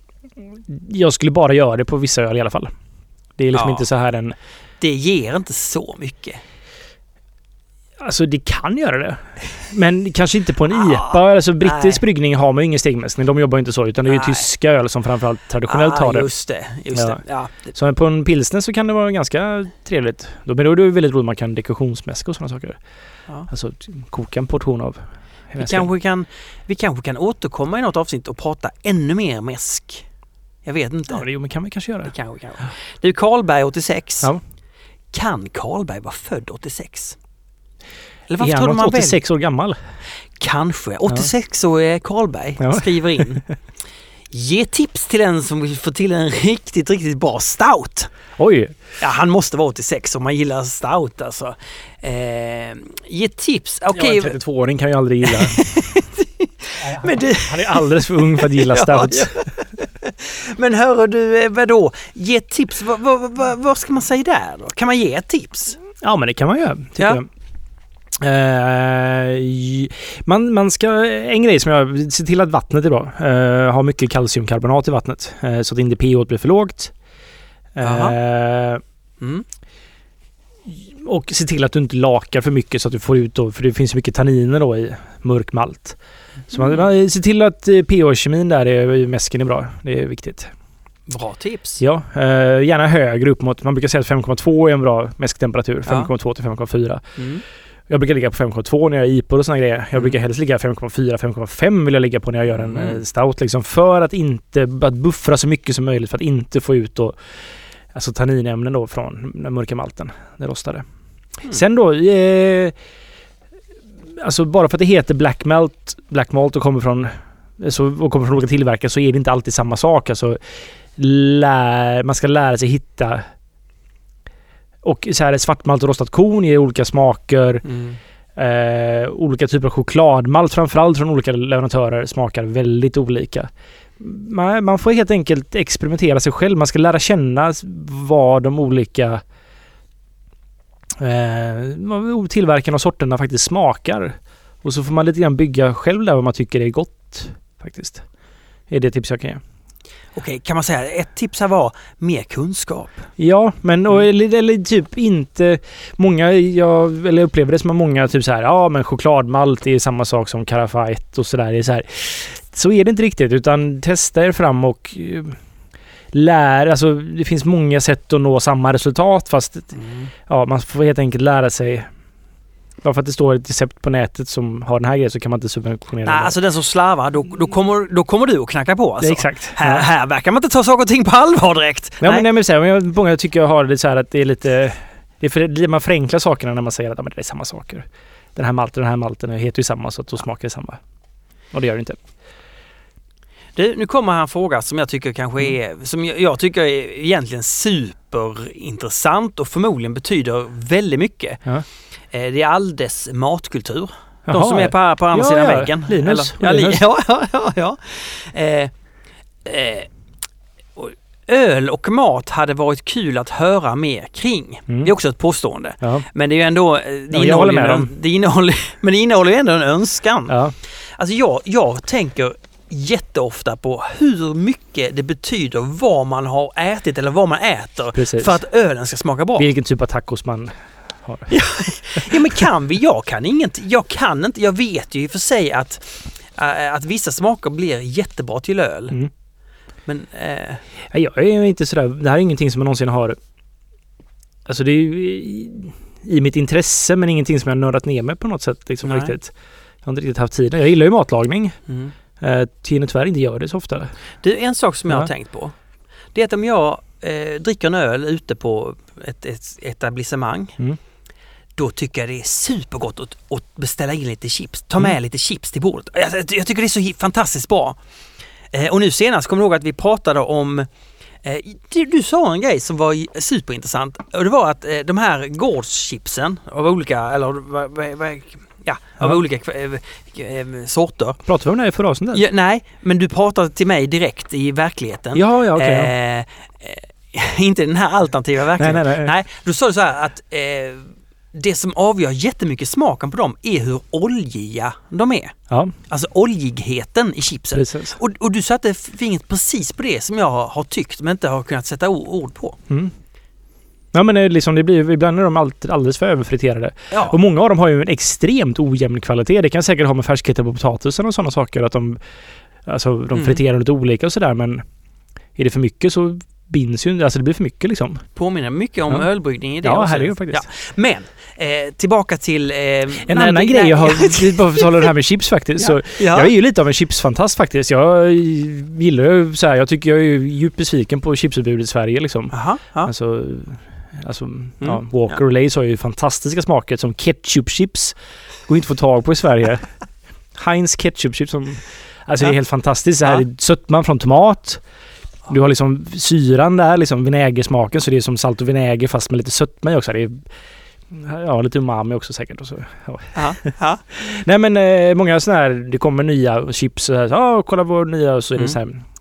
Speaker 1: jag skulle bara göra det på vissa öl i alla fall. Det är liksom
Speaker 2: Ja.
Speaker 1: inte så här en...
Speaker 2: Det ger inte så mycket.
Speaker 1: Alltså det kan göra det. Men kanske inte på en
Speaker 2: Ah,
Speaker 1: I P A. Alltså brittisk
Speaker 2: nej.
Speaker 1: bryggning har man ju ingen stegmäskning. De jobbar ju inte så. Utan det är ju
Speaker 2: Nej.
Speaker 1: tyska öl som framförallt traditionellt har det.
Speaker 2: Just det. Just
Speaker 1: Ja.
Speaker 2: det. Ja. Det-
Speaker 1: Så på en pilsner så kan det vara ganska trevligt. Då, men då är det ju väldigt roligt att man kan dekoktionsmäska och sådana saker.
Speaker 2: Ja.
Speaker 1: Alltså koka en portion av
Speaker 2: Vi,
Speaker 1: mäsken.
Speaker 2: kanske kan, vi kanske kan återkomma i något avsnitt och prata ännu mer mäsk. Jag vet inte.
Speaker 1: Ja, det jo, men kan vi kanske göra.
Speaker 2: Det kanske, kanske. Du, Karlberg åttiosex.
Speaker 1: Ja.
Speaker 2: Kan Karlberg vara född åttiosex? Eller varför
Speaker 1: Är
Speaker 2: tror du
Speaker 1: han
Speaker 2: man väl?
Speaker 1: åttiosex år gammal?
Speaker 2: Kanske. åttiosex-årige Karlberg
Speaker 1: Ja.
Speaker 2: skriver in. Ge tips till den som vill få till en riktigt, riktigt bra stout.
Speaker 1: Oj!
Speaker 2: Ja, han måste vara åttiosex om man gillar stout alltså. Eh, ge tips. Okej.
Speaker 1: Ja, en trettiotvååring kan ju aldrig gilla.
Speaker 2: Men det,
Speaker 1: Han är alldeles för ung för att gilla
Speaker 2: Ja,
Speaker 1: stout.
Speaker 2: ja. Men hör du, vadå? Ge ett tips. Vad, vad, vad, vad ska man säga där då? Kan man ge ett tips?
Speaker 1: Ja, men det kan man göra, tycker
Speaker 2: Ja.
Speaker 1: jag. Uh, man, man ska, en grej som jag ser till att vattnet är bra. Uh, ha mycket kalciumkarbonat i vattnet. Uh, så att inte pH blir för lågt. Uh,
Speaker 2: mm.
Speaker 1: Och se till att du inte lakar för mycket så att du får ut då, för det finns mycket tanniner då i mörk malt. Så man, man ser till att pH-kemin där är mäsken är bra. Det är viktigt.
Speaker 2: Bra tips.
Speaker 1: Ja, uh, gärna högre upp mot, man brukar säga att fem komma två är en bra mäsktemperatur. fem komma två till fem komma fyra.
Speaker 2: Mm.
Speaker 1: Jag brukar ligga på fem komma två när jag är I P O och såna grejer. Jag
Speaker 2: Mm.
Speaker 1: brukar helst ligga fem komma fyra, fem komma fem vill jag ligga på när jag gör en
Speaker 2: Mm.
Speaker 1: stout. Liksom, för att inte att buffra så mycket som möjligt för att inte få ut då, alltså tanninämnen då från den mörka malten, det rostade.
Speaker 2: Mm.
Speaker 1: Sen då, eh, alltså bara för att det heter black malt, black malt och kommer från, så, och kommer från olika tillverkare så är det inte alltid samma sak. Alltså, lär, man ska lära sig hitta. Och så här, svartmalt och rostat korn ger olika smaker.
Speaker 2: Mm.
Speaker 1: Eh, olika typer av chokladmalt framförallt från olika leverantörer smakar väldigt olika. Man, man får helt enkelt experimentera sig själv. Man ska lära känna vad de olika eh, tillverkarna och sorterna faktiskt smakar. Och så får man lite grann bygga själv där vad man tycker är gott faktiskt. Är det tips jag kan ge.
Speaker 2: Okej, kan man säga ett tips här var mer kunskap?
Speaker 1: Ja, men och, eller, eller typ inte många, jag eller upplever det som att många typ så här, ja men chokladmalt är samma sak som Carafa ett och sådär. Det är så här, så är det inte riktigt, utan testa er fram och uh, lär, alltså det finns många sätt att nå samma resultat fast
Speaker 2: Mm.
Speaker 1: ja, man får helt enkelt lära sig. Bara för att det står ett recept på nätet som har den här grejen så kan man inte subventionera
Speaker 2: Nej,
Speaker 1: det.
Speaker 2: alltså den som slarvar, då, då, kommer, då kommer du att knacka på alltså.
Speaker 1: Det är exakt.
Speaker 2: Här,
Speaker 1: Ja.
Speaker 2: här verkar man inte ta saker och ting på allvar direkt.
Speaker 1: Ja, men, nej, men, så här, jag, många tycker jag har det så här att det är lite, det är för, man förenklar sakerna när man säger att ja, men det är samma saker. Den här malten, den här malten heter ju samma så att då smakar det samma. Och det gör det inte.
Speaker 2: Du, nu kommer här en fråga som jag tycker kanske är, som jag, jag tycker är egentligen superintressant och förmodligen betyder väldigt mycket.
Speaker 1: Ja.
Speaker 2: Eh, Det är Aldes matkultur. De
Speaker 1: Jaha.
Speaker 2: som är på, på andra
Speaker 1: Ja,
Speaker 2: sidan
Speaker 1: ja.
Speaker 2: väggen.
Speaker 1: Linus.
Speaker 2: Eller, ja, li,
Speaker 1: Linus.
Speaker 2: ja, ja, ja, ja. Eh, eh, och öl och mat hade varit kul att höra mer kring.
Speaker 1: Mm.
Speaker 2: Det är också ett påstående.
Speaker 1: Ja.
Speaker 2: Men det är ju ändå, det
Speaker 1: jag
Speaker 2: innehåller,
Speaker 1: håller med
Speaker 2: ju
Speaker 1: dem.
Speaker 2: en, det innehåller, men det innehåller ju ändå en önskan.
Speaker 1: Ja.
Speaker 2: Alltså jag, jag tänker jätteofta på hur mycket det betyder vad man har ätit eller vad man äter.
Speaker 1: Precis.
Speaker 2: För att ölen ska smaka bra.
Speaker 1: Vilken typ av tacos man har.
Speaker 2: Ja, ja men kan vi? Jag kan inget. Jag kan inte. Jag vet ju för sig att, äh, att vissa smaker blir jättebra till öl.
Speaker 1: Mm.
Speaker 2: Men äh,
Speaker 1: Ja, jag är inte sådär, det här är ingenting som man någonsin har, alltså det är ju i, i mitt intresse men ingenting som jag har nördat ner mig på något sätt liksom riktigt. Jag har inte riktigt haft tiden. Jag gillar ju matlagning.
Speaker 2: mm.
Speaker 1: Eh, Tiden tyvärr inte gör det så ofta.
Speaker 2: Du, en sak som jag
Speaker 1: Ja.
Speaker 2: har tänkt på. Det är att om jag eh, dricker en öl ute på ett, ett etablissemang.
Speaker 1: Mm.
Speaker 2: Då tycker jag det är supergott att, att beställa in lite chips. Ta med
Speaker 1: Mm.
Speaker 2: lite chips till bordet. Jag, jag tycker det är så hi- fantastiskt bra. Eh, och nu senast kommer jag ihåg att vi pratade om eh, du, du sa en grej som var superintressant. Och det var att eh, de här gårdschipsen av olika, eller vad, vad, vad, ja, av
Speaker 1: Ja.
Speaker 2: olika eh, eh, sorter.
Speaker 1: Pratade vi om det här i förra avsnittet?
Speaker 2: Ja, nej, men du pratade till mig direkt i verkligheten.
Speaker 1: Ja, ja, okej. ja.
Speaker 2: Eh, eh, inte den här alternativa verkligheten.
Speaker 1: Nej, nej, nej.
Speaker 2: nej, då sa du så här att eh, det som avgör jättemycket smaken på dem är hur oljiga de är.
Speaker 1: Ja,
Speaker 2: Alltså oljigheten i chipsen.
Speaker 1: precis.
Speaker 2: Och, och du satte fingret precis på det som jag har, har tyckt men inte har kunnat sätta o- ord på.
Speaker 1: Mm. Ja, men det, är liksom, det blir, ibland är de alltid, alldeles för överfriterade.
Speaker 2: Ja,
Speaker 1: Och många av dem har ju en extremt ojämn kvalitet. Det kan säkert ha med färskheten på potatisen och sådana saker. Att de, alltså, de
Speaker 2: Mm.
Speaker 1: friterar lite olika och sådär. Men är det för mycket så binds ju, alltså det blir för mycket liksom.
Speaker 2: påminner mycket om
Speaker 1: Ja.
Speaker 2: ölbryggning i det.
Speaker 1: Ja,
Speaker 2: också.
Speaker 1: herregud faktiskt.
Speaker 2: Ja. Men eh, tillbaka till... Eh,
Speaker 1: En
Speaker 2: när
Speaker 1: annan
Speaker 2: vi-
Speaker 1: grej jag har,
Speaker 2: nej.
Speaker 1: bara för att tala det här med chips faktiskt. Så
Speaker 2: ja.
Speaker 1: jag är ju lite av en chipsfantast faktiskt. Jag gillar ju så här, jag tycker jag är ju djupt besviken på chipsutbudet i Sverige liksom.
Speaker 2: Aha, ja.
Speaker 1: Alltså, alltså ja, Walker och Lay's har ju fantastiska smaker som ketchup-chips. Går inte att få tag på i Sverige. Heinz ketchup-chips som... Alltså
Speaker 2: Ja.
Speaker 1: det är helt fantastiskt. Så här
Speaker 2: Ja.
Speaker 1: är sötman från tomat. Du har liksom syran där, liksom vinägersmaken. Så det är som salt och vinäger fast med lite sötma i också. Det är, ja, lite umami också säkert. Och så. Ja.
Speaker 2: Ja, ja.
Speaker 1: Nej men eh, många sådana här, det kommer nya chips. Så här, ja, kolla vår nya. Och så är det
Speaker 2: Mm.
Speaker 1: så här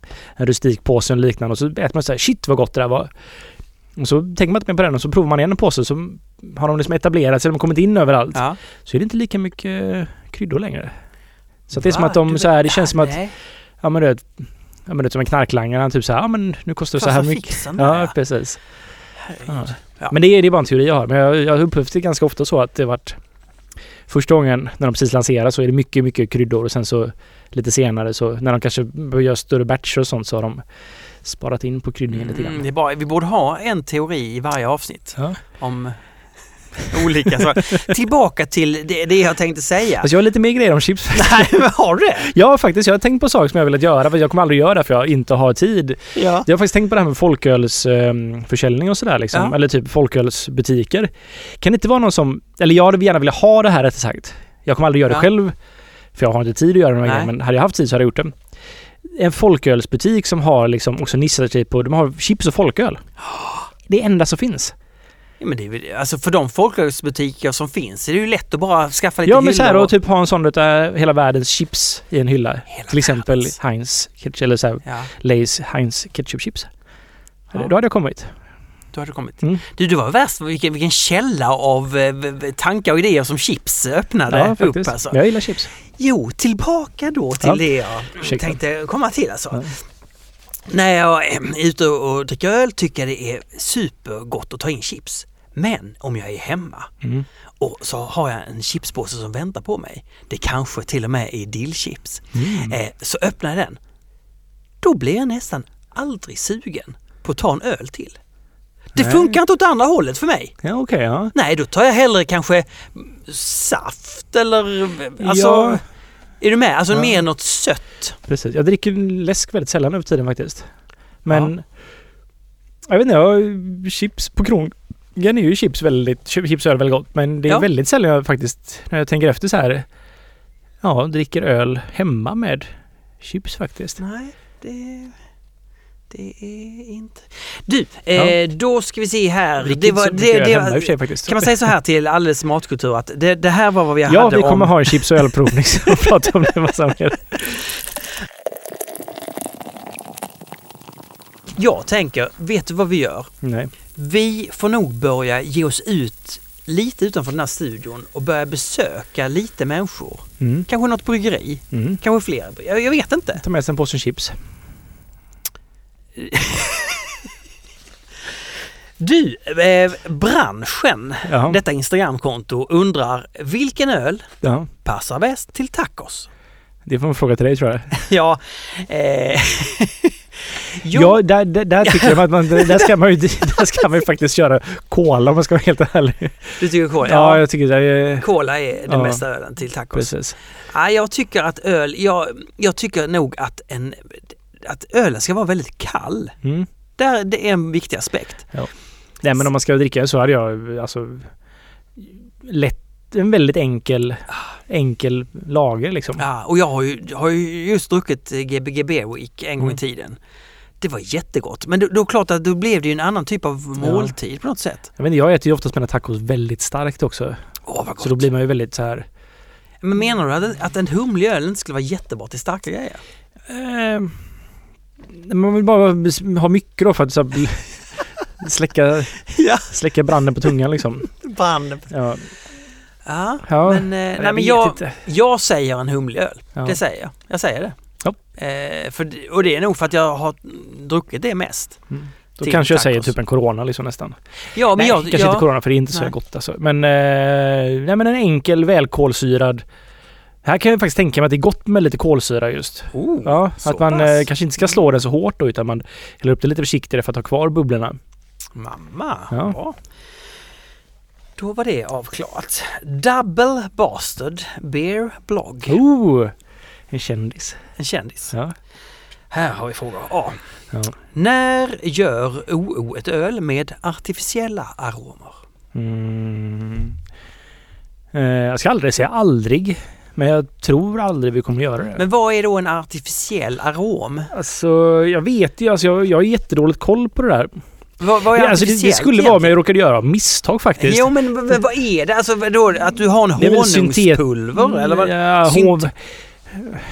Speaker 1: en rustik påse och liknande och så äter man så här, shit vad gott det där var. Och så tänker man inte mer på den och så provar man igen en påse så har de liksom etablerat sig, de har kommit in överallt.
Speaker 2: Ja.
Speaker 1: Så är det inte lika mycket kryddor längre. Så att det är Va? som att de så här, det känns som att nej. ja men det är ja men det är som en knarklangare, han typ så här, ja men nu kostar det så här mycket. Ja, precis. Ja. Ja. Men det är, det är bara en teori jag har. Men jag, jag har upplevt det ganska ofta så att det varit första gången när de precis lanserar så är det mycket, mycket kryddor och sen så lite senare så när de kanske gör större batcher och sånt så har de sparat in på kryddningen lite grann.
Speaker 2: Mm, det är bara, vi borde ha en teori i varje avsnitt
Speaker 1: ja.
Speaker 2: om olika så. Tillbaka till det, det jag tänkte säga.
Speaker 1: Alltså jag har lite mer grejer om chips.
Speaker 2: Nej, men har du det?
Speaker 1: Ja, faktiskt. Jag har tänkt på saker som jag velat göra, men jag kommer aldrig göra det för jag inte har tid.
Speaker 2: Ja.
Speaker 1: Jag har faktiskt tänkt på det här med folkölsförsäljning um, och sådär liksom. Ja. Eller typ folkölsbutiker. Kan det inte vara någon som, eller jag hade gärna vilja ha det här rätt sagt. Jag kommer aldrig göra det ja. själv, för jag har inte tid att göra det någon gång, men hade jag haft tid så hade jag gjort det. En folkölsbutik som har liksom också nissat sig på, de har chips och folköl. Det är enda som finns.
Speaker 2: Ja, men det är väl, alltså för de folkölsbutiker som finns är det ju lätt att bara skaffa lite
Speaker 1: ja, men så här, och,
Speaker 2: och
Speaker 1: typ ha en sån utav hela världens chips i en hylla.
Speaker 2: Hela
Speaker 1: till exempel
Speaker 2: världens.
Speaker 1: Heinz ketchup eller så här,
Speaker 2: ja.
Speaker 1: Lay's Heinz ketchup chips.
Speaker 2: Ja.
Speaker 1: Då hade jag kommit.
Speaker 2: Då hade det kommit.
Speaker 1: Mm.
Speaker 2: Du, det var värst vilken, vilken källa av eh, tankar och idéer som chips öppnade
Speaker 1: ja,
Speaker 2: upp. Alltså.
Speaker 1: Jag gillar chips.
Speaker 2: Jo, tillbaka då till
Speaker 1: ja.
Speaker 2: det jag
Speaker 1: Ursäkta.
Speaker 2: tänkte komma till alltså.
Speaker 1: Ja.
Speaker 2: När jag är ute och dricker öl tycker jag det är supergott att ta in chips. Men om jag är hemma
Speaker 1: mm.
Speaker 2: och så har jag en chipspåse som väntar på mig, det kanske till och med är dillchips,
Speaker 1: mm.
Speaker 2: eh, så öppnar jag den. Då blir jag nästan aldrig sugen på att ta en öl till. Det
Speaker 1: Nej.
Speaker 2: funkar inte åt andra hållet för mig.
Speaker 1: Ja, okej, okay, ja.
Speaker 2: Nej, då tar jag hellre kanske saft eller alltså,
Speaker 1: ja.
Speaker 2: är du med? Alltså
Speaker 1: ja.
Speaker 2: mer något sött.
Speaker 1: Precis. Jag dricker läsk väldigt sällan över tiden faktiskt. Men ja. jag vet inte, jag, chips på krogen är ju chips väldigt, chips är väldigt gott, men det är ja. väldigt sällan jag faktiskt, när jag tänker efter så här, ja, dricker öl hemma med chips faktiskt.
Speaker 2: Nej, det... Det är inte... Du, ja. eh, då ska vi se här. Det var, det, det, hemma, sig, faktiskt. Kan man säga så här till alldeles matkultur att det, det här var vad vi
Speaker 1: ja,
Speaker 2: hade om...
Speaker 1: Ja, vi kommer
Speaker 2: om...
Speaker 1: ha en chips- och ölprovning och prata om det massa mer.
Speaker 2: Jag tänker, vet du vad vi gör?
Speaker 1: Nej.
Speaker 2: Vi får nog börja ge oss ut lite utanför den här studion och börja besöka lite människor.
Speaker 1: Mm.
Speaker 2: Kanske något bryggeri.
Speaker 1: Mm.
Speaker 2: Kanske fler. Jag, jag vet inte.
Speaker 1: Ta med sig en påse chips.
Speaker 2: Du, eh, branschen,
Speaker 1: ja.
Speaker 2: detta Instagramkonto undrar vilken öl
Speaker 1: ja.
Speaker 2: passar bäst till tacos?
Speaker 1: Det får man fråga till dig, tror jag.
Speaker 2: ja, eh,
Speaker 1: ja, där, där, där tycker jag att man, där ska man ju, där ska man ju faktiskt köra cola om man ska vara helt ärlig.
Speaker 2: Du tycker cola?
Speaker 1: Ja, ja jag tycker det är...
Speaker 2: Cola är den
Speaker 1: ja.
Speaker 2: bästa ölen till tacos.
Speaker 1: Precis.
Speaker 2: Ja, jag tycker att öl, jag, jag tycker nog att en att ölen ska vara väldigt kall.
Speaker 1: Mm.
Speaker 2: Där, det är en viktig aspekt.
Speaker 1: Ja. Nej, men om man ska dricka så hade jag alltså lätt, en väldigt enkel enkel lager liksom.
Speaker 2: Ja, och jag har ju, har ju just druckit G B G B Week en gång mm. i tiden. Det var jättegott. Men då, då klart att då blev det ju en annan typ av måltid ja. på något sätt.
Speaker 1: Jag vet inte, jag äter ju oftast mina tacos väldigt starkt också.
Speaker 2: Åh, vad gott.
Speaker 1: Så då blir man ju väldigt så här.
Speaker 2: Men menar du att, att en humlig öl inte skulle vara jättebra till starka grejer?
Speaker 1: Eh, man vill bara ha mycket då för att så här, släcka,
Speaker 2: ja.
Speaker 1: släcka branden på tungan liksom.
Speaker 2: Branden.
Speaker 1: Ja.
Speaker 2: Ja,
Speaker 1: ja.
Speaker 2: men, eh,
Speaker 1: jag,
Speaker 2: nej, men jag, jag säger en humlig öl. Ja. Det säger jag. Jag säger det.
Speaker 1: Ja.
Speaker 2: Eh, för, och det är nog för att jag har druckit det mest.
Speaker 1: Mm. Då kanske jag säger typ en Corona liksom nästan.
Speaker 2: Ja, men
Speaker 1: nej,
Speaker 2: jag,
Speaker 1: kanske
Speaker 2: jag,
Speaker 1: inte Corona för det är inte så nej. gott alltså. Men, eh, nej, men en enkel välkolsyrad. Här kan jag faktiskt tänka mig att det är gott med lite kolsyra just.
Speaker 2: Oh,
Speaker 1: ja, att man eh, kanske inte ska slå den så hårt då, utan man häller upp det lite försiktigare för att ha kvar bubblorna.
Speaker 2: Mamma,
Speaker 1: ja.
Speaker 2: bra. Då var det avklarat. Double Bastard Beer Blog.
Speaker 1: Oh, en kändis.
Speaker 2: En kändis.
Speaker 1: Ja.
Speaker 2: Här har vi frågor A.
Speaker 1: Ja.
Speaker 2: När gör O O ett öl med artificiella aromer?
Speaker 1: Mm. Eh, jag ska aldrig säga aldrig. Men jag tror aldrig vi kommer göra det.
Speaker 2: Men vad är då en artificiell arom?
Speaker 1: Alltså, jag vet ju. Alltså, jag, jag har jättedåligt koll på det där.
Speaker 2: Vad, vad är
Speaker 1: ja, alltså, det, det skulle vara men jag råkade göra misstag faktiskt.
Speaker 2: Jo, men v- vad är det? Alltså, då, att du har en honungspulver? Eller vad?
Speaker 1: Ja,
Speaker 2: Synt-
Speaker 1: hov...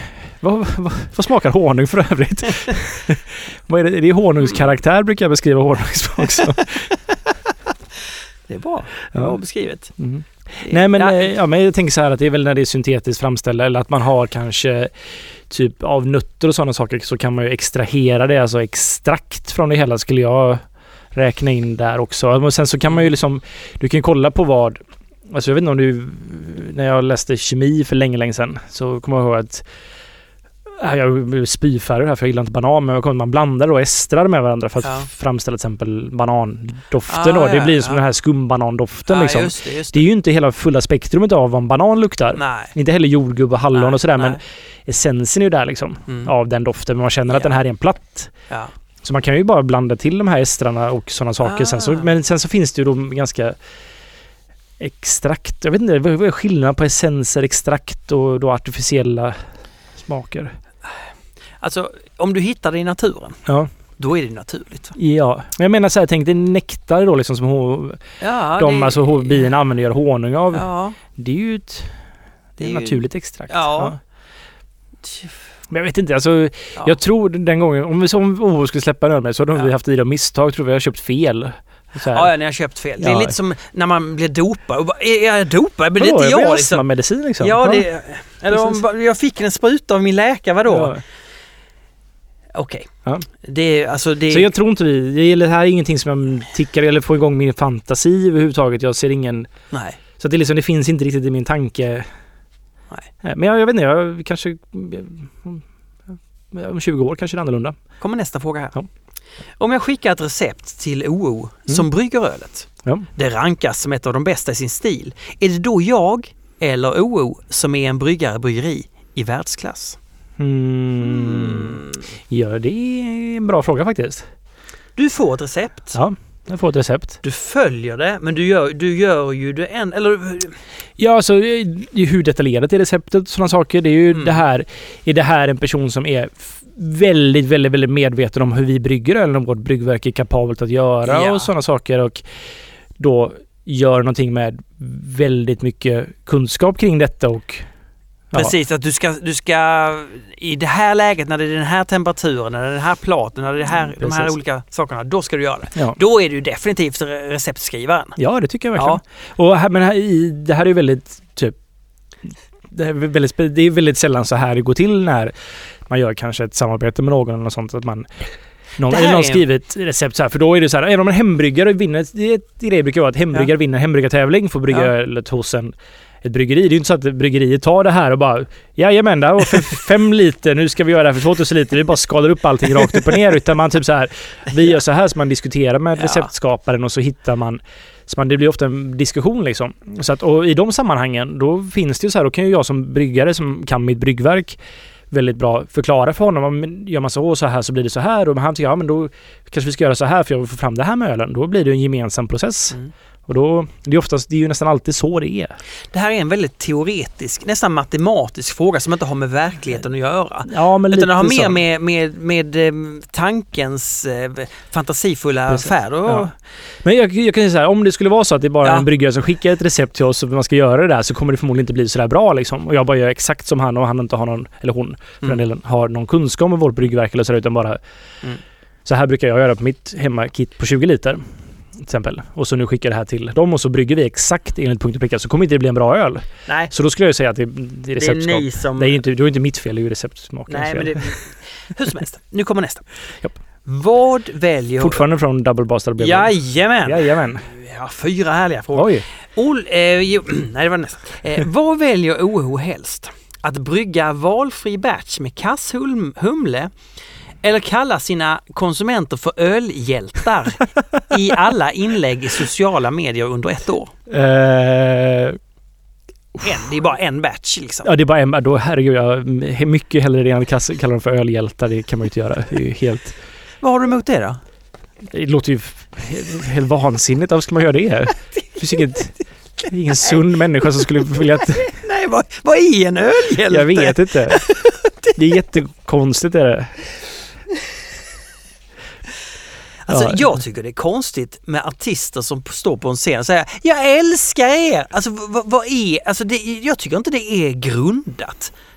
Speaker 1: Vad, vad, vad smakar honung för övrigt? Vad är det? Det är honungskaraktär brukar jag beskriva honungssmak som.
Speaker 2: Det är bra. Det är
Speaker 1: Ja.
Speaker 2: bra beskrivet.
Speaker 1: Mm. Nej men, ja. ja, men jag tänker så här att det är väl när det är syntetiskt framställda eller att man har kanske typ av nötter och sådana saker så kan man ju extrahera det, alltså extrakt från det hela skulle jag räkna in där också. Och sen så kan man ju liksom, du kan kolla på vad, alltså jag vet inte om du, när jag läste kemi för länge, länge sedan så kommer jag ihåg att jag blev spyfärdig här för jag gillar inte banan, men man blandar då estrar med varandra för att
Speaker 2: Ja.
Speaker 1: framställa till exempel banandoften
Speaker 2: Ah,
Speaker 1: då. Det
Speaker 2: ja,
Speaker 1: blir som
Speaker 2: ja.
Speaker 1: den här skumbanandoften
Speaker 2: Ja,
Speaker 1: liksom.
Speaker 2: just det, just
Speaker 1: Det
Speaker 2: det.
Speaker 1: är ju inte hela fulla spektrumet av vad en banan luktar.
Speaker 2: Nej.
Speaker 1: Inte heller jordgubb och hallon
Speaker 2: Nej,
Speaker 1: och sådär,
Speaker 2: nej.
Speaker 1: men essensen är ju där liksom
Speaker 2: Mm.
Speaker 1: av den doften. Men man känner att
Speaker 2: Ja.
Speaker 1: den här är en platt.
Speaker 2: Ja.
Speaker 1: Så man kan ju bara blanda till de här estrarna och sådana saker.
Speaker 2: Ah.
Speaker 1: Sen så, men sen så finns det ju då ganska extrakt. Jag vet inte, vad är skillnaden på essenser, extrakt och då artificiella smaker?
Speaker 2: Alltså, om du hittar det i naturen,
Speaker 1: Ja.
Speaker 2: då är det naturligt.
Speaker 1: Ja, men jag menar så här, tänk dig nektar då liksom som ho-
Speaker 2: Ja,
Speaker 1: de,
Speaker 2: det,
Speaker 1: alltså ho- bina använder gör honung av.
Speaker 2: Ja,
Speaker 1: Det är ju ett, det är
Speaker 2: Det är
Speaker 1: ett
Speaker 2: ju-
Speaker 1: naturligt extrakt.
Speaker 2: Ja.
Speaker 1: Men jag vet inte, alltså
Speaker 2: ja.
Speaker 1: jag tror den gången, om vi som O H skulle släppa en öl med så hade
Speaker 2: Ja.
Speaker 1: vi haft i det misstag, tror vi har köpt fel. Så här.
Speaker 2: Ja, ja, ni har köpt fel. Det är
Speaker 1: Ja.
Speaker 2: lite som när man blir dopad. Och bara, är jag dopad? Men det är
Speaker 1: Vadå,
Speaker 2: inte
Speaker 1: jag
Speaker 2: jag
Speaker 1: blir
Speaker 2: liksom.
Speaker 1: astmamedicin liksom.
Speaker 2: Ja, det, eller
Speaker 1: precis.
Speaker 2: om jag fick en spruta av min läkare, vadå?
Speaker 1: Ja.
Speaker 2: Okej.
Speaker 1: Ja.
Speaker 2: Det är alltså det...
Speaker 1: Så jag tror inte vi, det är- det här är ingenting som jag tickar eller får igång min fantasi överhuvudtaget. Jag ser ingen,
Speaker 2: Nej.
Speaker 1: så att det, liksom, det finns inte riktigt i min tanke.
Speaker 2: Nej.
Speaker 1: Men jag, jag vet inte, jag kanske om tjugo år kanske det är annorlunda.
Speaker 2: Kommer nästa fråga här.
Speaker 1: Ja.
Speaker 2: Om jag skickar ett recept till O O
Speaker 1: Mm.
Speaker 2: som brygger ölet.
Speaker 1: Ja.
Speaker 2: Det rankas som ett av de bästa i sin stil. Är det då jag eller O O som är en bryggare bryggeri i världsklass?
Speaker 1: Mm. Ja, det är en bra fråga faktiskt.
Speaker 2: Du får ett recept.
Speaker 1: Ja, jag får ett recept.
Speaker 2: Du följer det, men du gör, du gör ju det en... Eller,
Speaker 1: Ja, alltså det är hur detaljerat är receptet och sådana saker. Det är ju
Speaker 2: Mm.
Speaker 1: det här, är det här en person som är f- väldigt, väldigt, väldigt medveten om hur vi brygger eller om vårt bryggverk är kapabelt att göra
Speaker 2: Ja.
Speaker 1: och sådana saker och då gör någonting med väldigt mycket kunskap kring detta och ja.
Speaker 2: Precis, att du ska, du ska i det här läget när det är den här temperaturen, när det är den här platen, när det är det här,
Speaker 1: Mm,
Speaker 2: de här
Speaker 1: precis.
Speaker 2: olika sakerna, då ska du göra det.
Speaker 1: Ja.
Speaker 2: Då är du definitivt re- receptskrivaren.
Speaker 1: Ja, det tycker jag verkligen. Och här, men här, i, det här är ju väldigt typ det är väldigt, spe- det är väldigt sällan så här det går till när man gör kanske ett samarbete med någon eller något sånt att man någon,
Speaker 2: Det här
Speaker 1: eller någon
Speaker 2: är-
Speaker 1: skrivit recept så här, för då är det så här, även om en hembryggare vinner, det är ett grej brukar vara att hembryggare
Speaker 2: Ja.
Speaker 1: vinner en hembryggartävling för att brygga
Speaker 2: Ja.
Speaker 1: ölet hos en ett bryggeri. Det är ju inte så att bryggeriet tar det här och bara jajamän, där var för fem liter, nu ska vi göra det här för tvåtusen liter. Vi bara skadar upp allting rakt upp och ner, utan man typ så här, vi gör så här så man diskuterar med
Speaker 2: Ja.
Speaker 1: receptskaparen och så hittar man, så man, det blir ofta en diskussion liksom. Så att, och i de sammanhangen, då finns det ju så här, då kan ju jag som bryggare som kan mitt bryggverk väldigt bra förklara för honom, om gör man så och så här så blir det så här, och han tycker ja men då kanske vi ska göra så här för jag vill få fram det här med ölen. Då blir det en gemensam process.
Speaker 2: Mm.
Speaker 1: Och då, det är oftast, det är ju nästan alltid så det är.
Speaker 2: Det här är en väldigt teoretisk, nästan matematisk fråga som inte har med verkligen att göra.
Speaker 1: Ja, men
Speaker 2: Utan det har
Speaker 1: lite
Speaker 2: mer
Speaker 1: så.
Speaker 2: med, med, med eh, tankens eh, fantasifulla
Speaker 1: Precis.
Speaker 2: färd. Och,
Speaker 1: Ja. Men jag, jag kan säga så här, om det skulle vara så att det är bara
Speaker 2: Ja.
Speaker 1: en bryggare som skickar ett recept till oss och man ska göra det där, så kommer det förmodligen inte bli så där bra liksom. Och jag bara gör exakt som han och han inte har någon, eller hon för
Speaker 2: Mm.
Speaker 1: den delen, har någon kunskap om vårt bryggverk eller så där, utan bara
Speaker 2: Mm.
Speaker 1: så här brukar jag göra på mitt hemmakit på tjugo liter till exempel. Och så nu skickar det här till dem och så brygger vi exakt enligt punkt och pricka, så kommer inte det bli en bra öl.
Speaker 2: Nej,
Speaker 1: Så då skulle jag säga att det, det är
Speaker 2: det är
Speaker 1: receptskap.
Speaker 2: ni som...
Speaker 1: Det är inte, det är inte mitt fel, det är ju receptsmakarens
Speaker 2: Nej,
Speaker 1: fel.
Speaker 2: men det... Hur som helst. Nu kommer nästa.
Speaker 1: Japp.
Speaker 2: Vad väljer...
Speaker 1: Fortfarande från Double Bastard Beer.
Speaker 2: Jajamän!
Speaker 1: Jajamän.
Speaker 2: Ja, fyra härliga frågor.
Speaker 1: Oj.
Speaker 2: Ol, eh, jo, nej, det var nästa. Eh, vad väljer O H helst? Att brygga valfri batch med kasshumle eller kalla sina konsumenter för ölhjältar i alla inlägg i sociala medier under ett år?
Speaker 1: Eh,
Speaker 2: En, det är bara en batch liksom.
Speaker 1: Ja, det är bara en, då herregud, jag mycket hellre det än att kalla dem för ölhjältar, det kan man ju inte göra. Det är ju helt,
Speaker 2: Vad har du emot det då?
Speaker 1: det låter ju helt, helt vansinnigt, varför ska man göra det? Det finns inget, ingen sund människa som skulle vilja att,
Speaker 2: Nej, vad, vad är en ölhjälte?
Speaker 1: jag vet inte. Det är jättekonstigt är det.
Speaker 2: Alltså
Speaker 1: Ja.
Speaker 2: jag tycker det är konstigt med artister som står på en scen och säger jag älskar er. Alltså vad, vad är, alltså det, jag tycker inte det är grundat.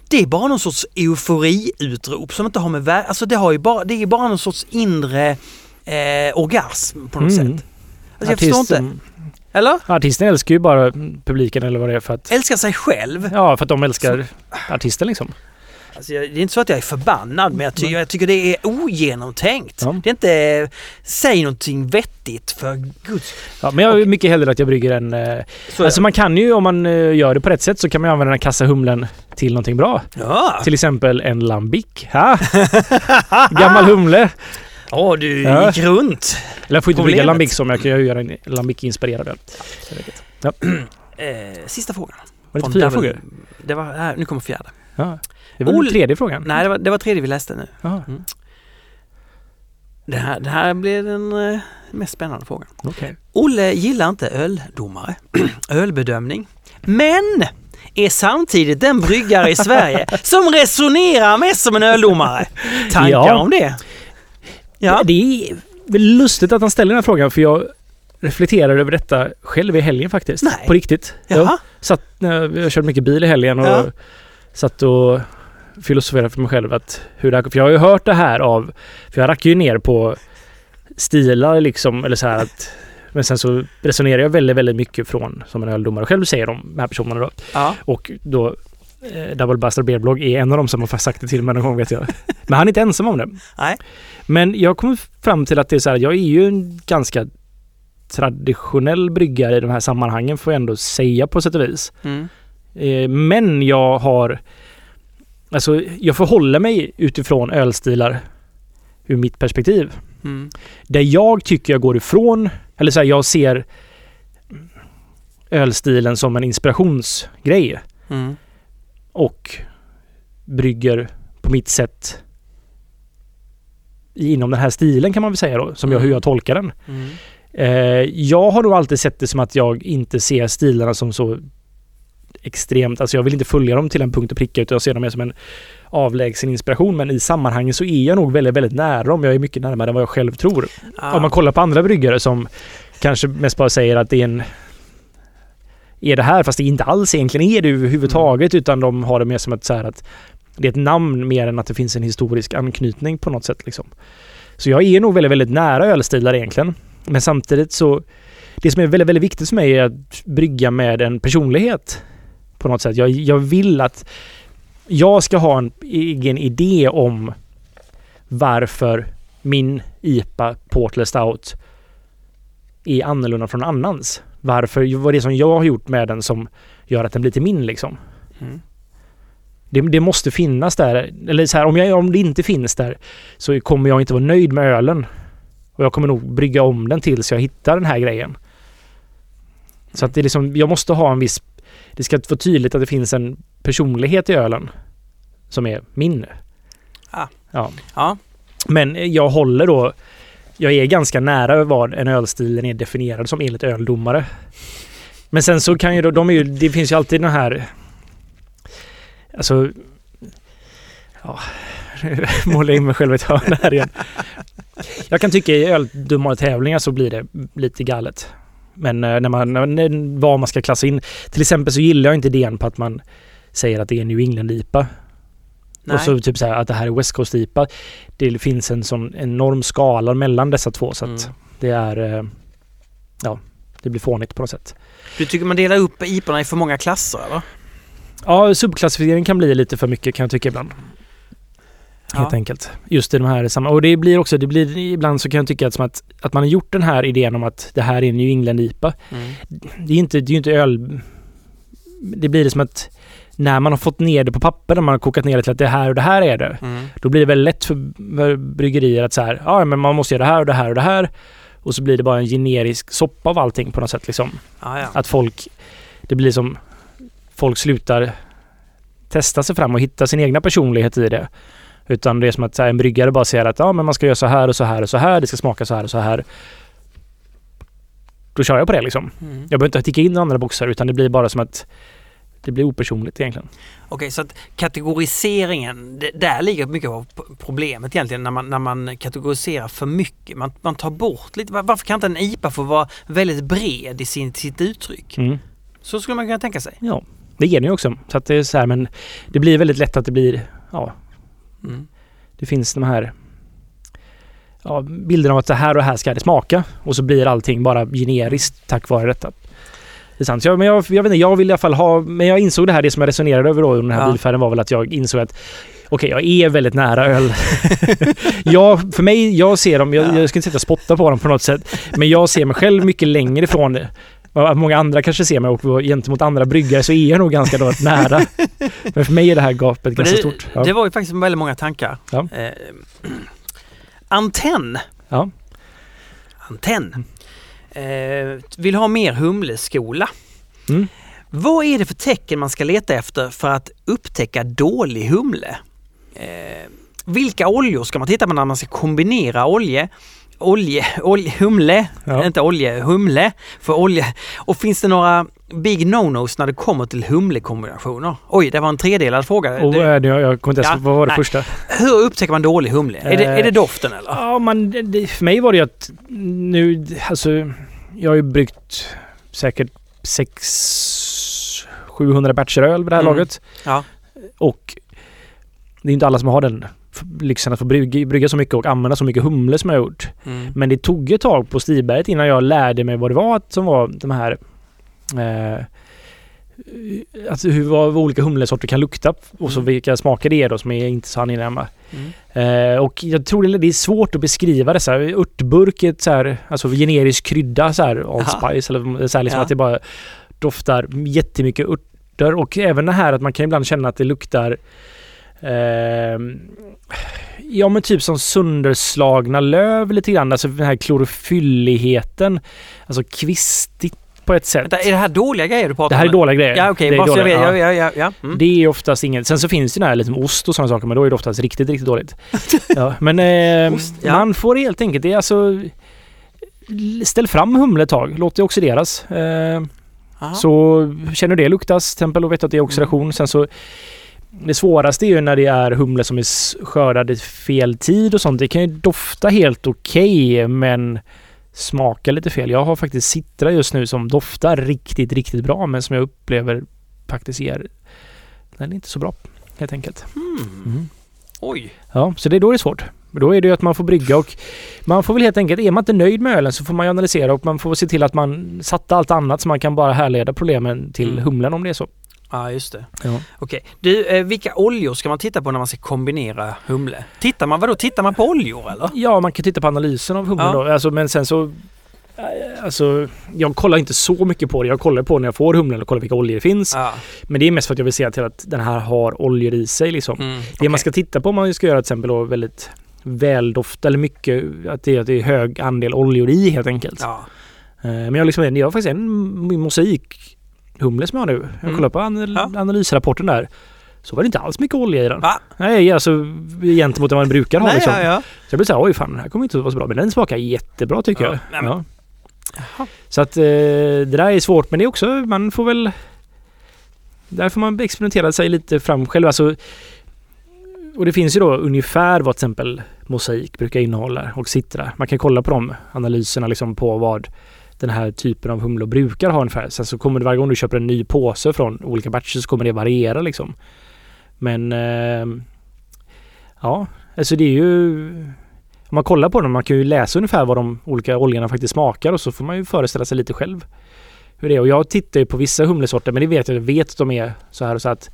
Speaker 2: det är bara någon sorts euforiutrop som inte har med värde. Alltså det, har ju bara, det är bara någon sorts inre eh, orgasm på något
Speaker 1: Mm.
Speaker 2: sätt. Alltså jag förstår inte. Eller?
Speaker 1: Artisten älskar ju bara publiken eller vad det är för att...
Speaker 2: Älskar sig själv.
Speaker 1: Ja, för att de älskar artisten liksom.
Speaker 2: Alltså jag, det är inte så att jag är förbannad, men jag, ty- jag tycker det är ogenomtänkt.
Speaker 1: Ja.
Speaker 2: Det är inte... Säg någonting vettigt för guds...
Speaker 1: Ja, men jag är mycket hellre att jag brygger en... Eh, alltså man kan ju, om man eh, gör det på rätt sätt, så kan man använda den här kassa humlen till någonting bra.
Speaker 2: Ja.
Speaker 1: Till exempel en lambic. Ha? Gammal humle.
Speaker 2: Ja, du
Speaker 1: Ja.
Speaker 2: gick runt.
Speaker 1: Eller jag får inte
Speaker 2: Problemet.
Speaker 1: brygga lambic som jag kan göra en lambic-inspirerad öl. Ja.
Speaker 2: Eh, sista frågan.
Speaker 1: Var det
Speaker 2: Från
Speaker 1: inte fyra
Speaker 2: Devil-
Speaker 1: frågor?
Speaker 2: Det var, här, nu kommer fjärde.
Speaker 1: Ja. Det var
Speaker 2: Ol-
Speaker 1: den tredje frågan.
Speaker 2: Nej, det var, det var tredje vi läste nu.
Speaker 1: Ja.
Speaker 2: Mm. Det här, det här blir den eh, mest spännande frågan.
Speaker 1: Okay.
Speaker 2: Olle gillar inte öldomare, ölbedömning, men är samtidigt den bryggare i Sverige som resonerar mest som en öldomare. Tankar
Speaker 1: Ja.
Speaker 2: om det?
Speaker 1: Ja. Det är väl lustigt att han ställer den här frågan, för jag reflekterar över detta själv i helgen faktiskt.
Speaker 2: Nej.
Speaker 1: På riktigt.
Speaker 2: Jaha.
Speaker 1: Jag satt, jag körde mycket bil i helgen och
Speaker 2: Ja.
Speaker 1: satt och filosoferade för mig själv att hur det här, för jag har ju hört det här av, för jag rackar ju ner på stilar liksom, eller så här att, men sen så resonerar jag väldigt, väldigt mycket från som en öldomare själv säger de här personerna då.
Speaker 2: Ja.
Speaker 1: Och då eh, Double Bastard Beer Blog är en av dem som har sagt det till mig någon gång, vet jag. Men han är inte ensam om det.
Speaker 2: Nej.
Speaker 1: Men jag kommer fram till att det är så här, jag är ju en ganska traditionell bryggare i de här sammanhangen, får jag ändå säga på sätt och vis.
Speaker 2: Mm.
Speaker 1: Eh, men jag har alltså jag förhåller mig utifrån ölstilar ur mitt perspektiv.
Speaker 2: Mm.
Speaker 1: Där jag tycker jag går ifrån, eller så här, jag ser ölstilen som en inspirationsgrej
Speaker 2: Mm.
Speaker 1: och brygger på mitt sätt inom den här stilen, kan man väl säga då, som jag, hur jag tolkar den.
Speaker 2: Mm.
Speaker 1: Eh, jag har nog alltid sett det som att jag inte ser stilarna som så extremt, alltså jag vill inte följa dem till en punkt och pricka, utan jag ser dem mer som en avlägsen inspiration, men i sammanhanget så är jag nog väldigt, väldigt nära dem. Jag är mycket närmare än vad jag själv tror.
Speaker 2: Ja.
Speaker 1: Om man kollar på andra bryggare som kanske mest bara säger att det är en är det här, fast det inte alls egentligen är det överhuvudtaget, mm. utan de har det mer som ett så här att det är ett namn mer än att det finns en historisk anknytning på något sätt liksom. Så jag är nog väldigt, väldigt nära ölstilar egentligen. Men samtidigt så det som är väldigt, väldigt viktigt för mig är att brygga med en personlighet på något sätt. Jag, jag vill att jag ska ha en egen idé om varför min I P A Portler Stout är annorlunda från annans. Varför, vad det är som jag har gjort med den som gör att den blir till min liksom.
Speaker 2: Mm.
Speaker 1: Det, det måste finnas där. Eller så här, om, jag, om det inte finns där så kommer jag inte vara nöjd med ölen. Och jag kommer nog brygga om den tills jag hittar den här grejen. Så att det är liksom, jag måste ha en viss, det ska vara tydligt att det finns en personlighet i ölen som är min.
Speaker 2: Ah.
Speaker 1: Ja.
Speaker 2: Ja.
Speaker 1: Men jag håller då, jag är ganska nära vad en ölstilen är definierad som enligt öldomare. Men sen så kan ju då, de är ju, det finns ju alltid den här, alltså, ja, målar in mig själv i ett hörn här igen. Jag kan tycka i öldomartävlingar så blir det lite galet. Men när man, när, vad man ska klassa in. Till exempel så gillar jag inte idén på att man säger att det är New England-I P A.
Speaker 2: Nej.
Speaker 1: Och så typ så här att det här är West Coast-I P A. Det finns en sån enorm skala mellan dessa två, så att mm. det är, ja, det blir fånigt på något sätt.
Speaker 2: Du tycker man delar upp I P A i för många klasser, eller?
Speaker 1: Ja, subklassificering kan bli lite för mycket, kan jag tycka ibland. Helt
Speaker 2: Ja.
Speaker 1: enkelt. Just i de här samma. Och det blir också, det blir ibland så kan jag tycka att, som att, att man har gjort den här idén om att det här är New England I P A.
Speaker 2: Mm.
Speaker 1: Det är inte, det är inte öl. Det blir det som att när man har fått ner det på papper, när man har kokat ner det till att det här och det här är det.
Speaker 2: Mm.
Speaker 1: Då blir det väldigt lätt för, för bryggerier att så här, ja men man måste göra det här och det här och det här. Och så blir det bara en generisk soppa av allting på något sätt liksom.
Speaker 2: Ah, ja.
Speaker 1: Att folk, det blir som folk slutar testa sig fram och hitta sin egna personlighet i det. Utan det är som att så här, en bryggare bara säger att ja, men man ska göra så här och så här och så här. Det ska smaka så här och så här. Då kör jag på det liksom.
Speaker 2: Mm.
Speaker 1: Jag behöver inte ticka in andra boxar, utan det blir bara som att det blir opersonligt egentligen.
Speaker 2: Okej, så att kategoriseringen, det, där ligger mycket av problemet egentligen när man, när man kategoriserar för mycket. Man, man tar bort lite. Var, varför kan inte en I P A få vara väldigt bred i sin, sitt uttryck?
Speaker 1: Mm.
Speaker 2: Så skulle man kunna tänka sig.
Speaker 1: Ja, det ger den ju också. Så att det är så här, men det blir väldigt lätt att det blir, ja, mm. det finns de här ja, bilderna av att det här och här ska det smaka. Och så blir allting bara generiskt tack vare detta. Det är sant. Jag, men jag, jag vet inte, jag vill i alla fall ha, men jag insåg det här, det som jag resonerade över då, den här ja. bilfärden var väl att jag insåg att okej, okay, jag är väldigt nära öl. jag, för mig, jag ser dem, jag, ja. jag ska inte sätta spotta på dem på något sätt, men jag ser mig själv mycket längre ifrån det. Många andra kanske ser mig och gentemot andra bryggare så är jag nog ganska då nära. Men för mig är det här gapet ganska
Speaker 2: det,
Speaker 1: stort. Ja.
Speaker 2: Det var ju faktiskt väldigt många tankar.
Speaker 1: Ja.
Speaker 2: Eh, antenn.
Speaker 1: Ja.
Speaker 2: Antenn. Eh, vill ha mer humleskola.
Speaker 1: Mm.
Speaker 2: Vad är det för tecken man ska leta efter för att upptäcka dålig humle? Eh, vilka oljor ska man titta på när man ska kombinera olje? Olje, olje, humle, ja. inte olje, humle för olje. Och finns det några big no-nos när det kommer till humlekombinationer? Oj, det var en tredelad fråga.
Speaker 1: Och, det, jag, jag kommer inte ens, ja, vad var det nej. första?
Speaker 2: Hur upptäcker man dålig humle? Eh, är, det, är det doften eller?
Speaker 1: Ja, man, det, för mig var det ju att nu, alltså, jag har ju bryggt säkert sex sjuhundra batcher öl vid det här mm. laget.
Speaker 2: Ja.
Speaker 1: Och det är inte alla som har den lyxen att få brygga, brygga så mycket och använda så mycket humle som jag har gjort.
Speaker 2: Mm.
Speaker 1: Men det tog ett tag på Stiberget innan jag lärde mig vad det var som var de här eh, alltså hur vad olika humlesorter kan lukta och så vilka smaker det är då som är inte så angenäma. Mm. Eh, och jag tror det är svårt att beskriva det så här. Örtburk är ett så här, alltså generisk krydda så här, allspice eller så här, liksom ja. att det bara doftar jättemycket örter och även det här att man kan ibland känna att det luktar Eh, ja men typ som sönderslagna löv lite grann, alltså den här klorofylligheten, alltså kvistigt på ett sätt.
Speaker 2: Är det här dåliga grejer du pratar om?
Speaker 1: Det här är dåliga grejer.
Speaker 2: Ja, okej. Okay. Det, ja. ja, ja, ja. Mm.
Speaker 1: det är oftast inget. Sen så finns det här lite med ost och sådana saker, men då är det oftast riktigt, riktigt dåligt. ja, men eh, ost, ja. man får helt enkelt, det är alltså ställ fram humle ett tag, låt det oxideras. Eh, så känner du det luktas, till exempel, och vet att det är oxidation. Mm. Sen så det svåraste är ju när det är humle som är skördade fel tid och sånt. Det kan ju dofta helt okej, okay, men smaka lite fel. Jag har faktiskt citra just nu som doftar riktigt, riktigt bra, men som jag upplever faktiskt ger den är inte så bra, helt enkelt.
Speaker 2: Mm. Mm. Oj.
Speaker 1: Ja, så det är då det är svårt. Då är det ju att man får brygga och man får väl helt enkelt, är man inte nöjd med ölen så får man ju analysera och man får se till att man satte allt annat så man kan bara härleda problemen till mm. humlen om det är så.
Speaker 2: Ja, ah, just det.
Speaker 1: Ja.
Speaker 2: Okej. Du, eh, vilka oljor ska man titta på när man ska kombinera humle? Tittar man, vadå? Tittar man på oljor eller?
Speaker 1: Ja, man kan titta på analysen av humlen ja. då. Alltså, men sen så alltså, jag kollar inte så mycket på det. Jag kollar på när jag får humlen och kollar vilka oljor det finns. Ja. Men det är mest för att jag vill se till att den här har oljor i sig liksom. Mm, okay. Det man ska titta på om man ska göra till exempel då väldigt väldoft eller mycket att det, att det är hög andel oljor i helt enkelt. Ja. Eh, men jag liksom jag har faktiskt en mosaik humle som jag har nu. Jag kollar mm. på anal- ja. analysrapporten där. Så var det inte alls mycket olja i den. Va? Nej, alltså gentemot vad man brukar ha. Nej, liksom. ja, ja. Så jag blev så här, oj fan, det här kommer inte att vara så bra. Men den smakar jättebra tycker ja. jag. Ja. Ja. Så att eh, det där är svårt. Men det är också, man får väl där får man experimentera sig lite fram själv. Alltså, och det finns ju då ungefär vad till exempel mosaik brukar innehålla och citra. Man kan kolla på de analyserna liksom på vad den här typen av humle brukar ha ungefär. Sen så kommer det varje gång du köper en ny påse från olika batcher så kommer det variera liksom. Men eh, ja, alltså det är ju om man kollar på dem, man kan ju läsa ungefär vad de olika oljorna faktiskt smakar och så får man ju föreställa sig lite själv hur det är. Och jag tittar ju på vissa humlesorter, men det vet jag, jag vet att de är så här och så att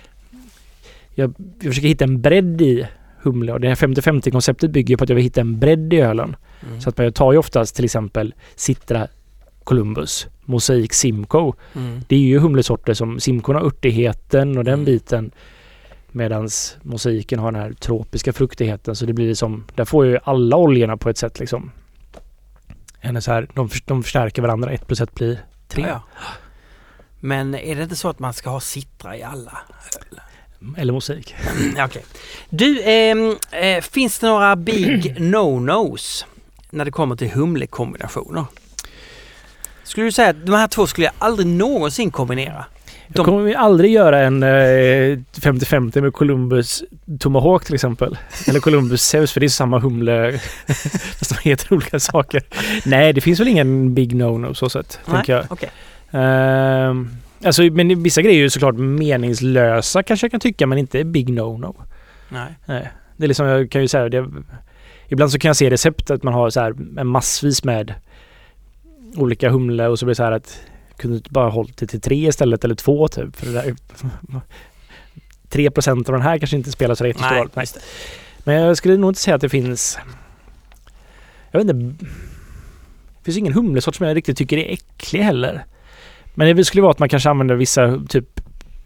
Speaker 1: jag, jag försöker hitta en bredd i humle och det här femtio femtio-konceptet bygger på att jag vill hitta en bredd i ölen. Mm. Så att man tar ju oftast till exempel Citra, Columbus, Mosaik, Simcoe. Mm. Det är ju humlesorter som Simcoe har örtigheten och den mm. biten medans Mosaiken har den här tropiska fruktigheten så det blir som, där får ju alla oljorna på ett sätt liksom. En är så här, de, de förstärker varandra, ett plus ett blir tre. Ja, ja.
Speaker 2: Men är det inte så att man ska ha Citra i alla?
Speaker 1: Eller mosaik.
Speaker 2: Okej. Okay. Du, eh, eh, finns det några big no-nos när det kommer till humlekombinationer? Skulle du säga att de här två skulle jag aldrig någonsin kombinera? De...
Speaker 1: Jag kommer aldrig göra en eh, femtio femtio med Columbus Tomahawk till exempel. Eller Columbus Zeus, för det är samma humle. Fast de heter olika saker. Nej, det finns väl ingen big no-no så sätt, tänker jag.
Speaker 2: Okay.
Speaker 1: Uh, Alltså, men vissa grejer är ju såklart meningslösa kanske jag kan tycka, men inte big no-no.
Speaker 2: Nej.
Speaker 1: Nej. Det är liksom, jag kan ju säga det. Ibland så kan jag se recept att man har så här en massvis med olika humle och så blir det så här att kunde bara hållit det till tre istället eller två typ. För det där, tre procent av den här kanske inte spelar så jättestor roll. Nej. Men jag skulle nog inte säga att det finns, jag vet inte, det finns ingen humlesort som jag riktigt tycker är äcklig heller. Men det skulle vara att man kanske använder vissa typ,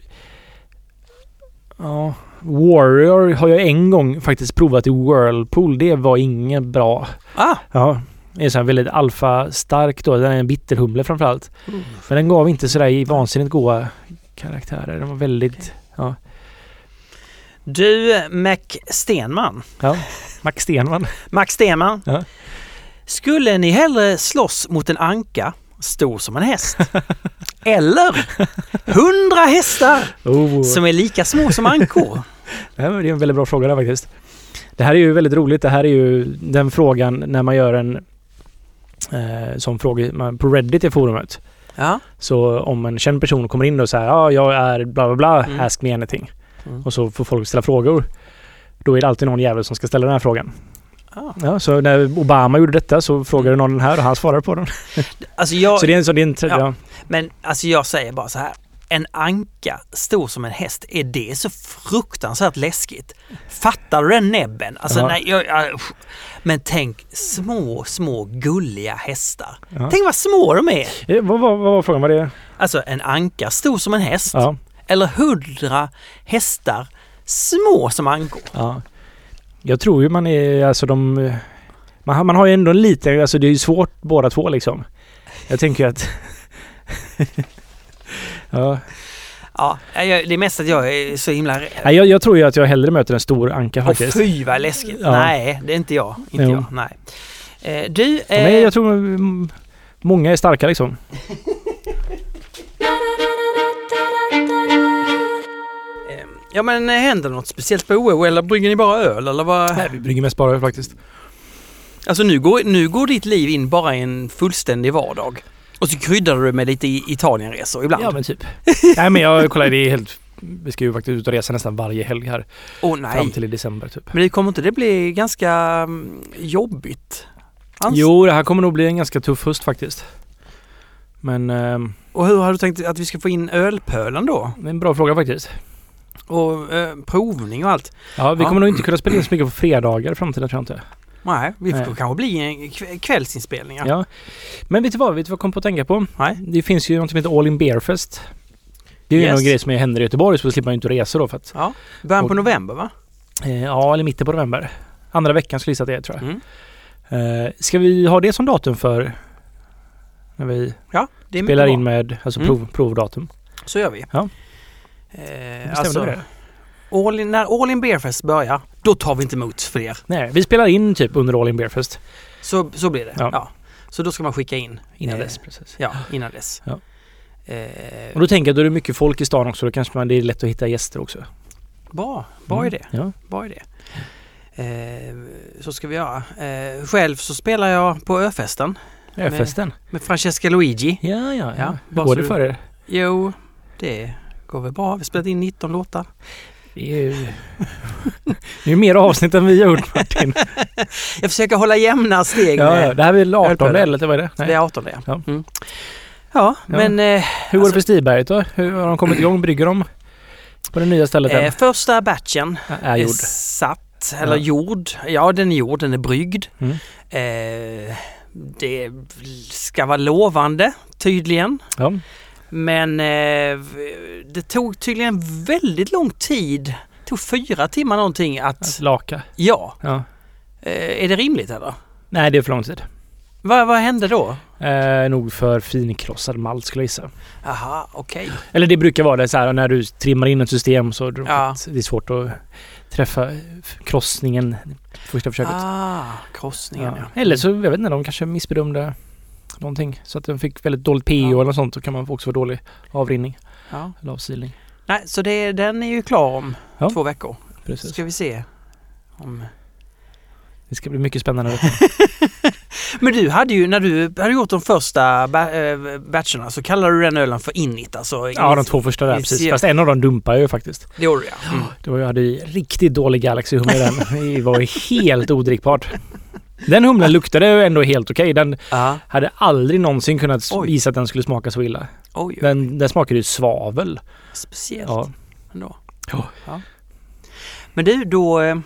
Speaker 1: ja, Warrior har jag en gång faktiskt provat i Whirlpool. Det var inget bra.
Speaker 2: Ah.
Speaker 1: Ja, det är så här väldigt alfa-stark då. Den är en bitterhumle framförallt. Mm. Men den gav inte sådär i vansinnigt goda karaktärer. Den var väldigt, okay. Ja.
Speaker 2: Du, Mac Stenman.
Speaker 1: Ja, Max Stenman.
Speaker 2: Max Stenman.
Speaker 1: Ja.
Speaker 2: Skulle ni hellre slåss mot en anka stor som en häst? Eller hundra hästar oh. som är lika små som ankor?
Speaker 1: Det är en väldigt bra fråga där faktiskt. Det här är ju väldigt roligt. Det här är ju den frågan när man gör en eh, som fråga man, på Reddit i forumet.
Speaker 2: Ja.
Speaker 1: Så om en känd person kommer in och säger ja, ah, jag är bla bla bla, mm. ask me anything. Mm. Och så får folk ställa frågor. Då är det alltid någon jävel som ska ställa den här frågan. Ah. Ja, så när Obama gjorde detta så frågade någon den här och han svarade på den.
Speaker 2: Alltså jag,
Speaker 1: så det är en så det är en, ja. Ja.
Speaker 2: Men alltså jag säger bara så här. En anka stor som en häst, är det så fruktansvärt läskigt? Fattar du den näbben? Alltså, ja. nej, jag, jag, men tänk små, små gulliga hästar. Ja. Tänk vad små de är.
Speaker 1: Ja, vad, vad, vad var frågan? Var det?
Speaker 2: Alltså en anka stor som en häst.
Speaker 1: Ja.
Speaker 2: Eller hundra hästar små som ankor.
Speaker 1: Ja. Jag tror ju man är, alltså de, man, man har ju ändå en liten, alltså det är ju svårt båda två liksom. Jag tänker att ja.
Speaker 2: Ja, jag, det är mest att jag är så himla rädd.
Speaker 1: Ja, jag, jag tror ju att jag hellre möter en stor anka faktiskt.
Speaker 2: Och fy vad läskigt. Ja. Nej, det är inte jag. Inte
Speaker 1: jo.
Speaker 2: jag, nej. Eh, du... Eh...
Speaker 1: Nej, jag tror m- många är starka liksom.
Speaker 2: Ja, men händer något speciellt på O O eller brygger ni bara öl eller vad?
Speaker 1: Nej, vi brygger mest bara öl faktiskt.
Speaker 2: Alltså nu går, nu går ditt liv in bara i en fullständig vardag. Och så kryddar du med lite Italienresor ibland.
Speaker 1: Ja, men typ. Nej, men jag kollar, det är helt, vi ska ju faktiskt ut och resa nästan varje helg här.
Speaker 2: Åh nej.
Speaker 1: Fram till i december typ.
Speaker 2: Men det kommer inte det bli ganska um, jobbigt? Ans-
Speaker 1: jo, det här kommer nog bli en ganska tuff höst faktiskt. Men... Um,
Speaker 2: och hur har du tänkt att vi ska få in ölpölen då?
Speaker 1: Det är en bra fråga faktiskt.
Speaker 2: Och eh, provning och allt.
Speaker 1: Ja, vi
Speaker 2: ja.
Speaker 1: kommer nog inte kunna spela in så mycket på fredagar framtiden, tror jag inte.
Speaker 2: Nej, vi får kanske bli en kvällsinspelning.
Speaker 1: Ja, men vet du vad? Vet du vad jag kom på att tänka på?
Speaker 2: Nej.
Speaker 1: Det finns ju något som heter All In Beer Fest. Det är ju yes. en grej som händer i Göteborg, så slipper man ju inte resa då. För att,
Speaker 2: ja, början på och, november va?
Speaker 1: Eh, ja, eller mitten på november. Andra veckan skulle jag gissa det, tror jag. Mm. Eh, ska vi ha det som datum för när vi
Speaker 2: ja, det är
Speaker 1: spelar in med alltså prov, mm. provdatum?
Speaker 2: Så gör vi.
Speaker 1: Ja.
Speaker 2: Eh, alltså, det? All in, när All In Beer Fest börjar, då tar vi inte emot fler.
Speaker 1: Nej, vi spelar in typ under All In Beer Fest.
Speaker 2: Så, så blir det, ja.
Speaker 1: ja.
Speaker 2: Så då ska man skicka in.
Speaker 1: Innan
Speaker 2: eh,
Speaker 1: dess, precis.
Speaker 2: Ja, innan dess.
Speaker 1: Ja.
Speaker 2: Eh,
Speaker 1: och då tänker jag att då är det mycket folk i stan också, då kanske man, det är lätt att hitta gäster också.
Speaker 2: Bra, bra
Speaker 1: mm.
Speaker 2: idé.
Speaker 1: Ja.
Speaker 2: Bra idé. Eh, så ska vi göra. Eh, själv så spelar jag på Öfesten.
Speaker 1: Öfesten?
Speaker 2: Med, med Francesca Luigi.
Speaker 1: Ja, ja, ja.
Speaker 2: ja
Speaker 1: Hur går det för er?
Speaker 2: Jo, det går väl bra. Vi har spelat in nitton låtar.
Speaker 1: Det är ju det är mer avsnitt än vi har gjort, Martin.
Speaker 2: Jag försöker hålla jämna steg.
Speaker 1: Ja, ja. Det här är väl artonde eller vad är det? Nej.
Speaker 2: Det är artonde.
Speaker 1: Ja,
Speaker 2: mm. ja, ja. men... Eh,
Speaker 1: Hur går alltså, det för Stiberget då? Hur har de kommit igång? Brygger de på det nya stället?
Speaker 2: Eh, första batchen
Speaker 1: ja, är,
Speaker 2: är
Speaker 1: gjord.
Speaker 2: satt, eller ja. gjord. Ja, den är gjord, den är bryggd.
Speaker 1: Mm.
Speaker 2: Eh, det ska vara lovande, tydligen.
Speaker 1: Ja.
Speaker 2: Men eh, det tog tydligen väldigt lång tid. Det tog fyra timmar någonting att...
Speaker 1: Att laka?
Speaker 2: Ja.
Speaker 1: ja.
Speaker 2: Eh, är det rimligt eller?
Speaker 1: Nej, det är för lång tid.
Speaker 2: Va, vad hände då?
Speaker 1: Eh, nog för finkrossad malt skulle jag gissa.
Speaker 2: Aha, okej. Okay.
Speaker 1: Eller det brukar vara det så här när du trimmar in ett system så
Speaker 2: ja.
Speaker 1: det är svårt att träffa krossningen första försöket.
Speaker 2: Ah, krossningen ja.
Speaker 1: ja. Eller så, jag vet inte, de kanske missbedömde någonting. Så att den fick väldigt dåligt pH ja. eller sånt, så kan man också få dålig avrinning.
Speaker 2: Ja.
Speaker 1: Eller avsilning.
Speaker 2: Nej, så det, den är ju klar om ja. två veckor.
Speaker 1: Precis.
Speaker 2: Ska vi se om...
Speaker 1: Det ska bli mycket spännande.
Speaker 2: Men du hade ju, när du hade gjort de första batcherna så kallade du den ölen för Init. Alltså,
Speaker 1: ja, de två första där, precis. Fast en av dem dumpade jag ju faktiskt.
Speaker 2: Det gjorde jag. Mm.
Speaker 1: Det var, jag hade riktigt dålig Galaxy-humle i den. Det var helt odrickbart. Den humlen luktade ju ändå helt okej. Den uh. hade aldrig någonsin kunnat Oj. visa att den skulle smaka så illa. Oj, oj. Den, den smakade ju svavel.
Speaker 2: Speciellt.
Speaker 1: Ja.
Speaker 2: Ändå. Ja. Ja. Men du, då... Äh,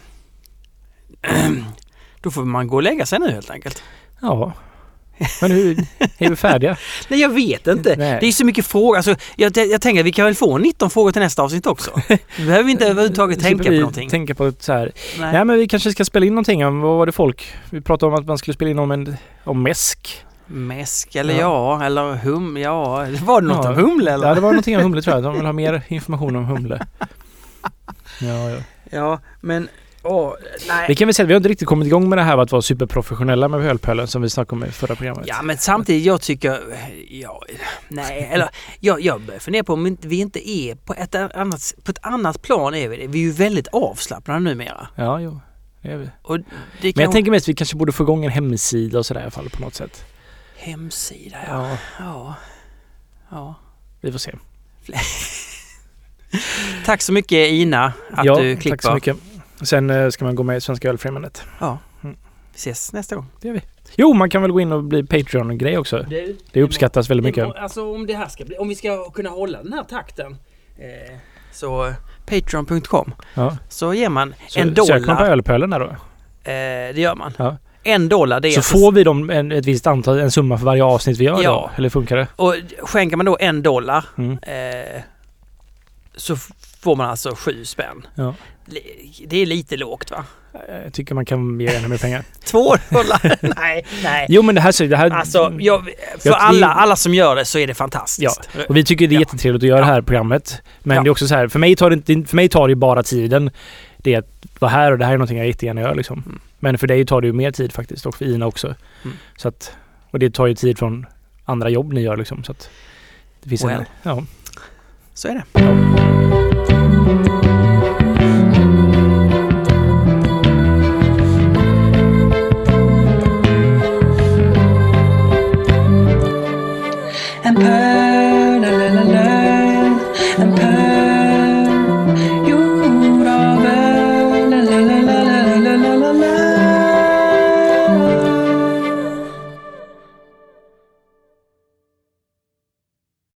Speaker 2: då får man gå och lägga sig nu helt enkelt.
Speaker 1: Ja. Men hur är vi färdiga?
Speaker 2: Nej, jag vet inte. Nej. Det är så mycket frågor. Alltså, jag, jag tänker att vi kan väl få nitton frågor till nästa avsnitt också. Vi behöver inte överhuvudtaget tänka på någonting.
Speaker 1: Tänka på så här. Nej. Nej, men vi kanske ska spela in någonting om, vad var det folk? Vi pratade om att man skulle spela in om, en, om mäsk.
Speaker 2: Mäsk, eller ja, ja eller hum, ja. Var det något ja. om humle eller?
Speaker 1: Ja, det var någonting om humle tror jag. De vill ha mer information om humle. Ja, ja.
Speaker 2: Ja, men... Oh, nej.
Speaker 1: Vi kan väl säga att vi har inte riktigt kommit igång med det här att vara superprofessionella med ölpölen som vi snackade om i förra programmet.
Speaker 2: Ja, men samtidigt jag tycker ja, nej, eller jag, jag börjar fundera på om inte, vi inte är på ett annat, på ett annat plan är vi det. Vi är ju väldigt avslappnade numera.
Speaker 1: Ja, jo, det är vi.
Speaker 2: Och det
Speaker 1: men jag kan... tänker mest att vi kanske borde få igång en hemsida och sådär i alla fall på något sätt.
Speaker 2: Hemsida, ja. Ja. Ja.
Speaker 1: ja. Vi får se.
Speaker 2: Tack så mycket Ina att
Speaker 1: ja,
Speaker 2: du klipper.
Speaker 1: Tack så mycket. Sen uh, ska man gå med i Svenska Ölfrämjandet.
Speaker 2: Ja, mm. Vi ses nästa gång.
Speaker 1: Det gör vi. Jo, man kan väl gå in och bli Patreon-grej också. Det, det uppskattas
Speaker 2: det må,
Speaker 1: väldigt
Speaker 2: det
Speaker 1: mycket.
Speaker 2: Må, alltså om det här ska bli, om vi ska kunna hålla den här takten eh, så patreon punkt com
Speaker 1: ja.
Speaker 2: Så ger man
Speaker 1: så
Speaker 2: en dollar.
Speaker 1: Söker man på ölpölen där då?
Speaker 2: Eh, det gör man.
Speaker 1: Ja.
Speaker 2: En dollar det är
Speaker 1: så
Speaker 2: för...
Speaker 1: får vi dem en, ett visst antal, en summa för varje avsnitt vi gör ja. då? Eller funkar det?
Speaker 2: Och skänker man då en dollar
Speaker 1: mm.
Speaker 2: eh, så får man alltså sju spänn.
Speaker 1: Ja.
Speaker 2: Det är lite lågt va?
Speaker 1: Jag tycker man kan ge ännu mer pengar.
Speaker 2: Två dollar? nej, nej.
Speaker 1: Jo men det här så det här
Speaker 2: alltså jag, för jag, alla alla som gör det så är det fantastiskt.
Speaker 1: Ja. Och vi tycker det är ja. jättetrevligt att göra ja. det här programmet. Men ja. det är också så här för mig tar det inte för mig tar det bara tiden. Det är att vara här och det här är någonting jag jättegärna gör liksom. Mm. Men för dig tar det ju mer tid faktiskt och för Ina också. Mm. Så att och det tar ju tid från andra jobb ni gör liksom så att det finns
Speaker 2: well.
Speaker 1: en ja.
Speaker 2: Så är det.
Speaker 1: Ja.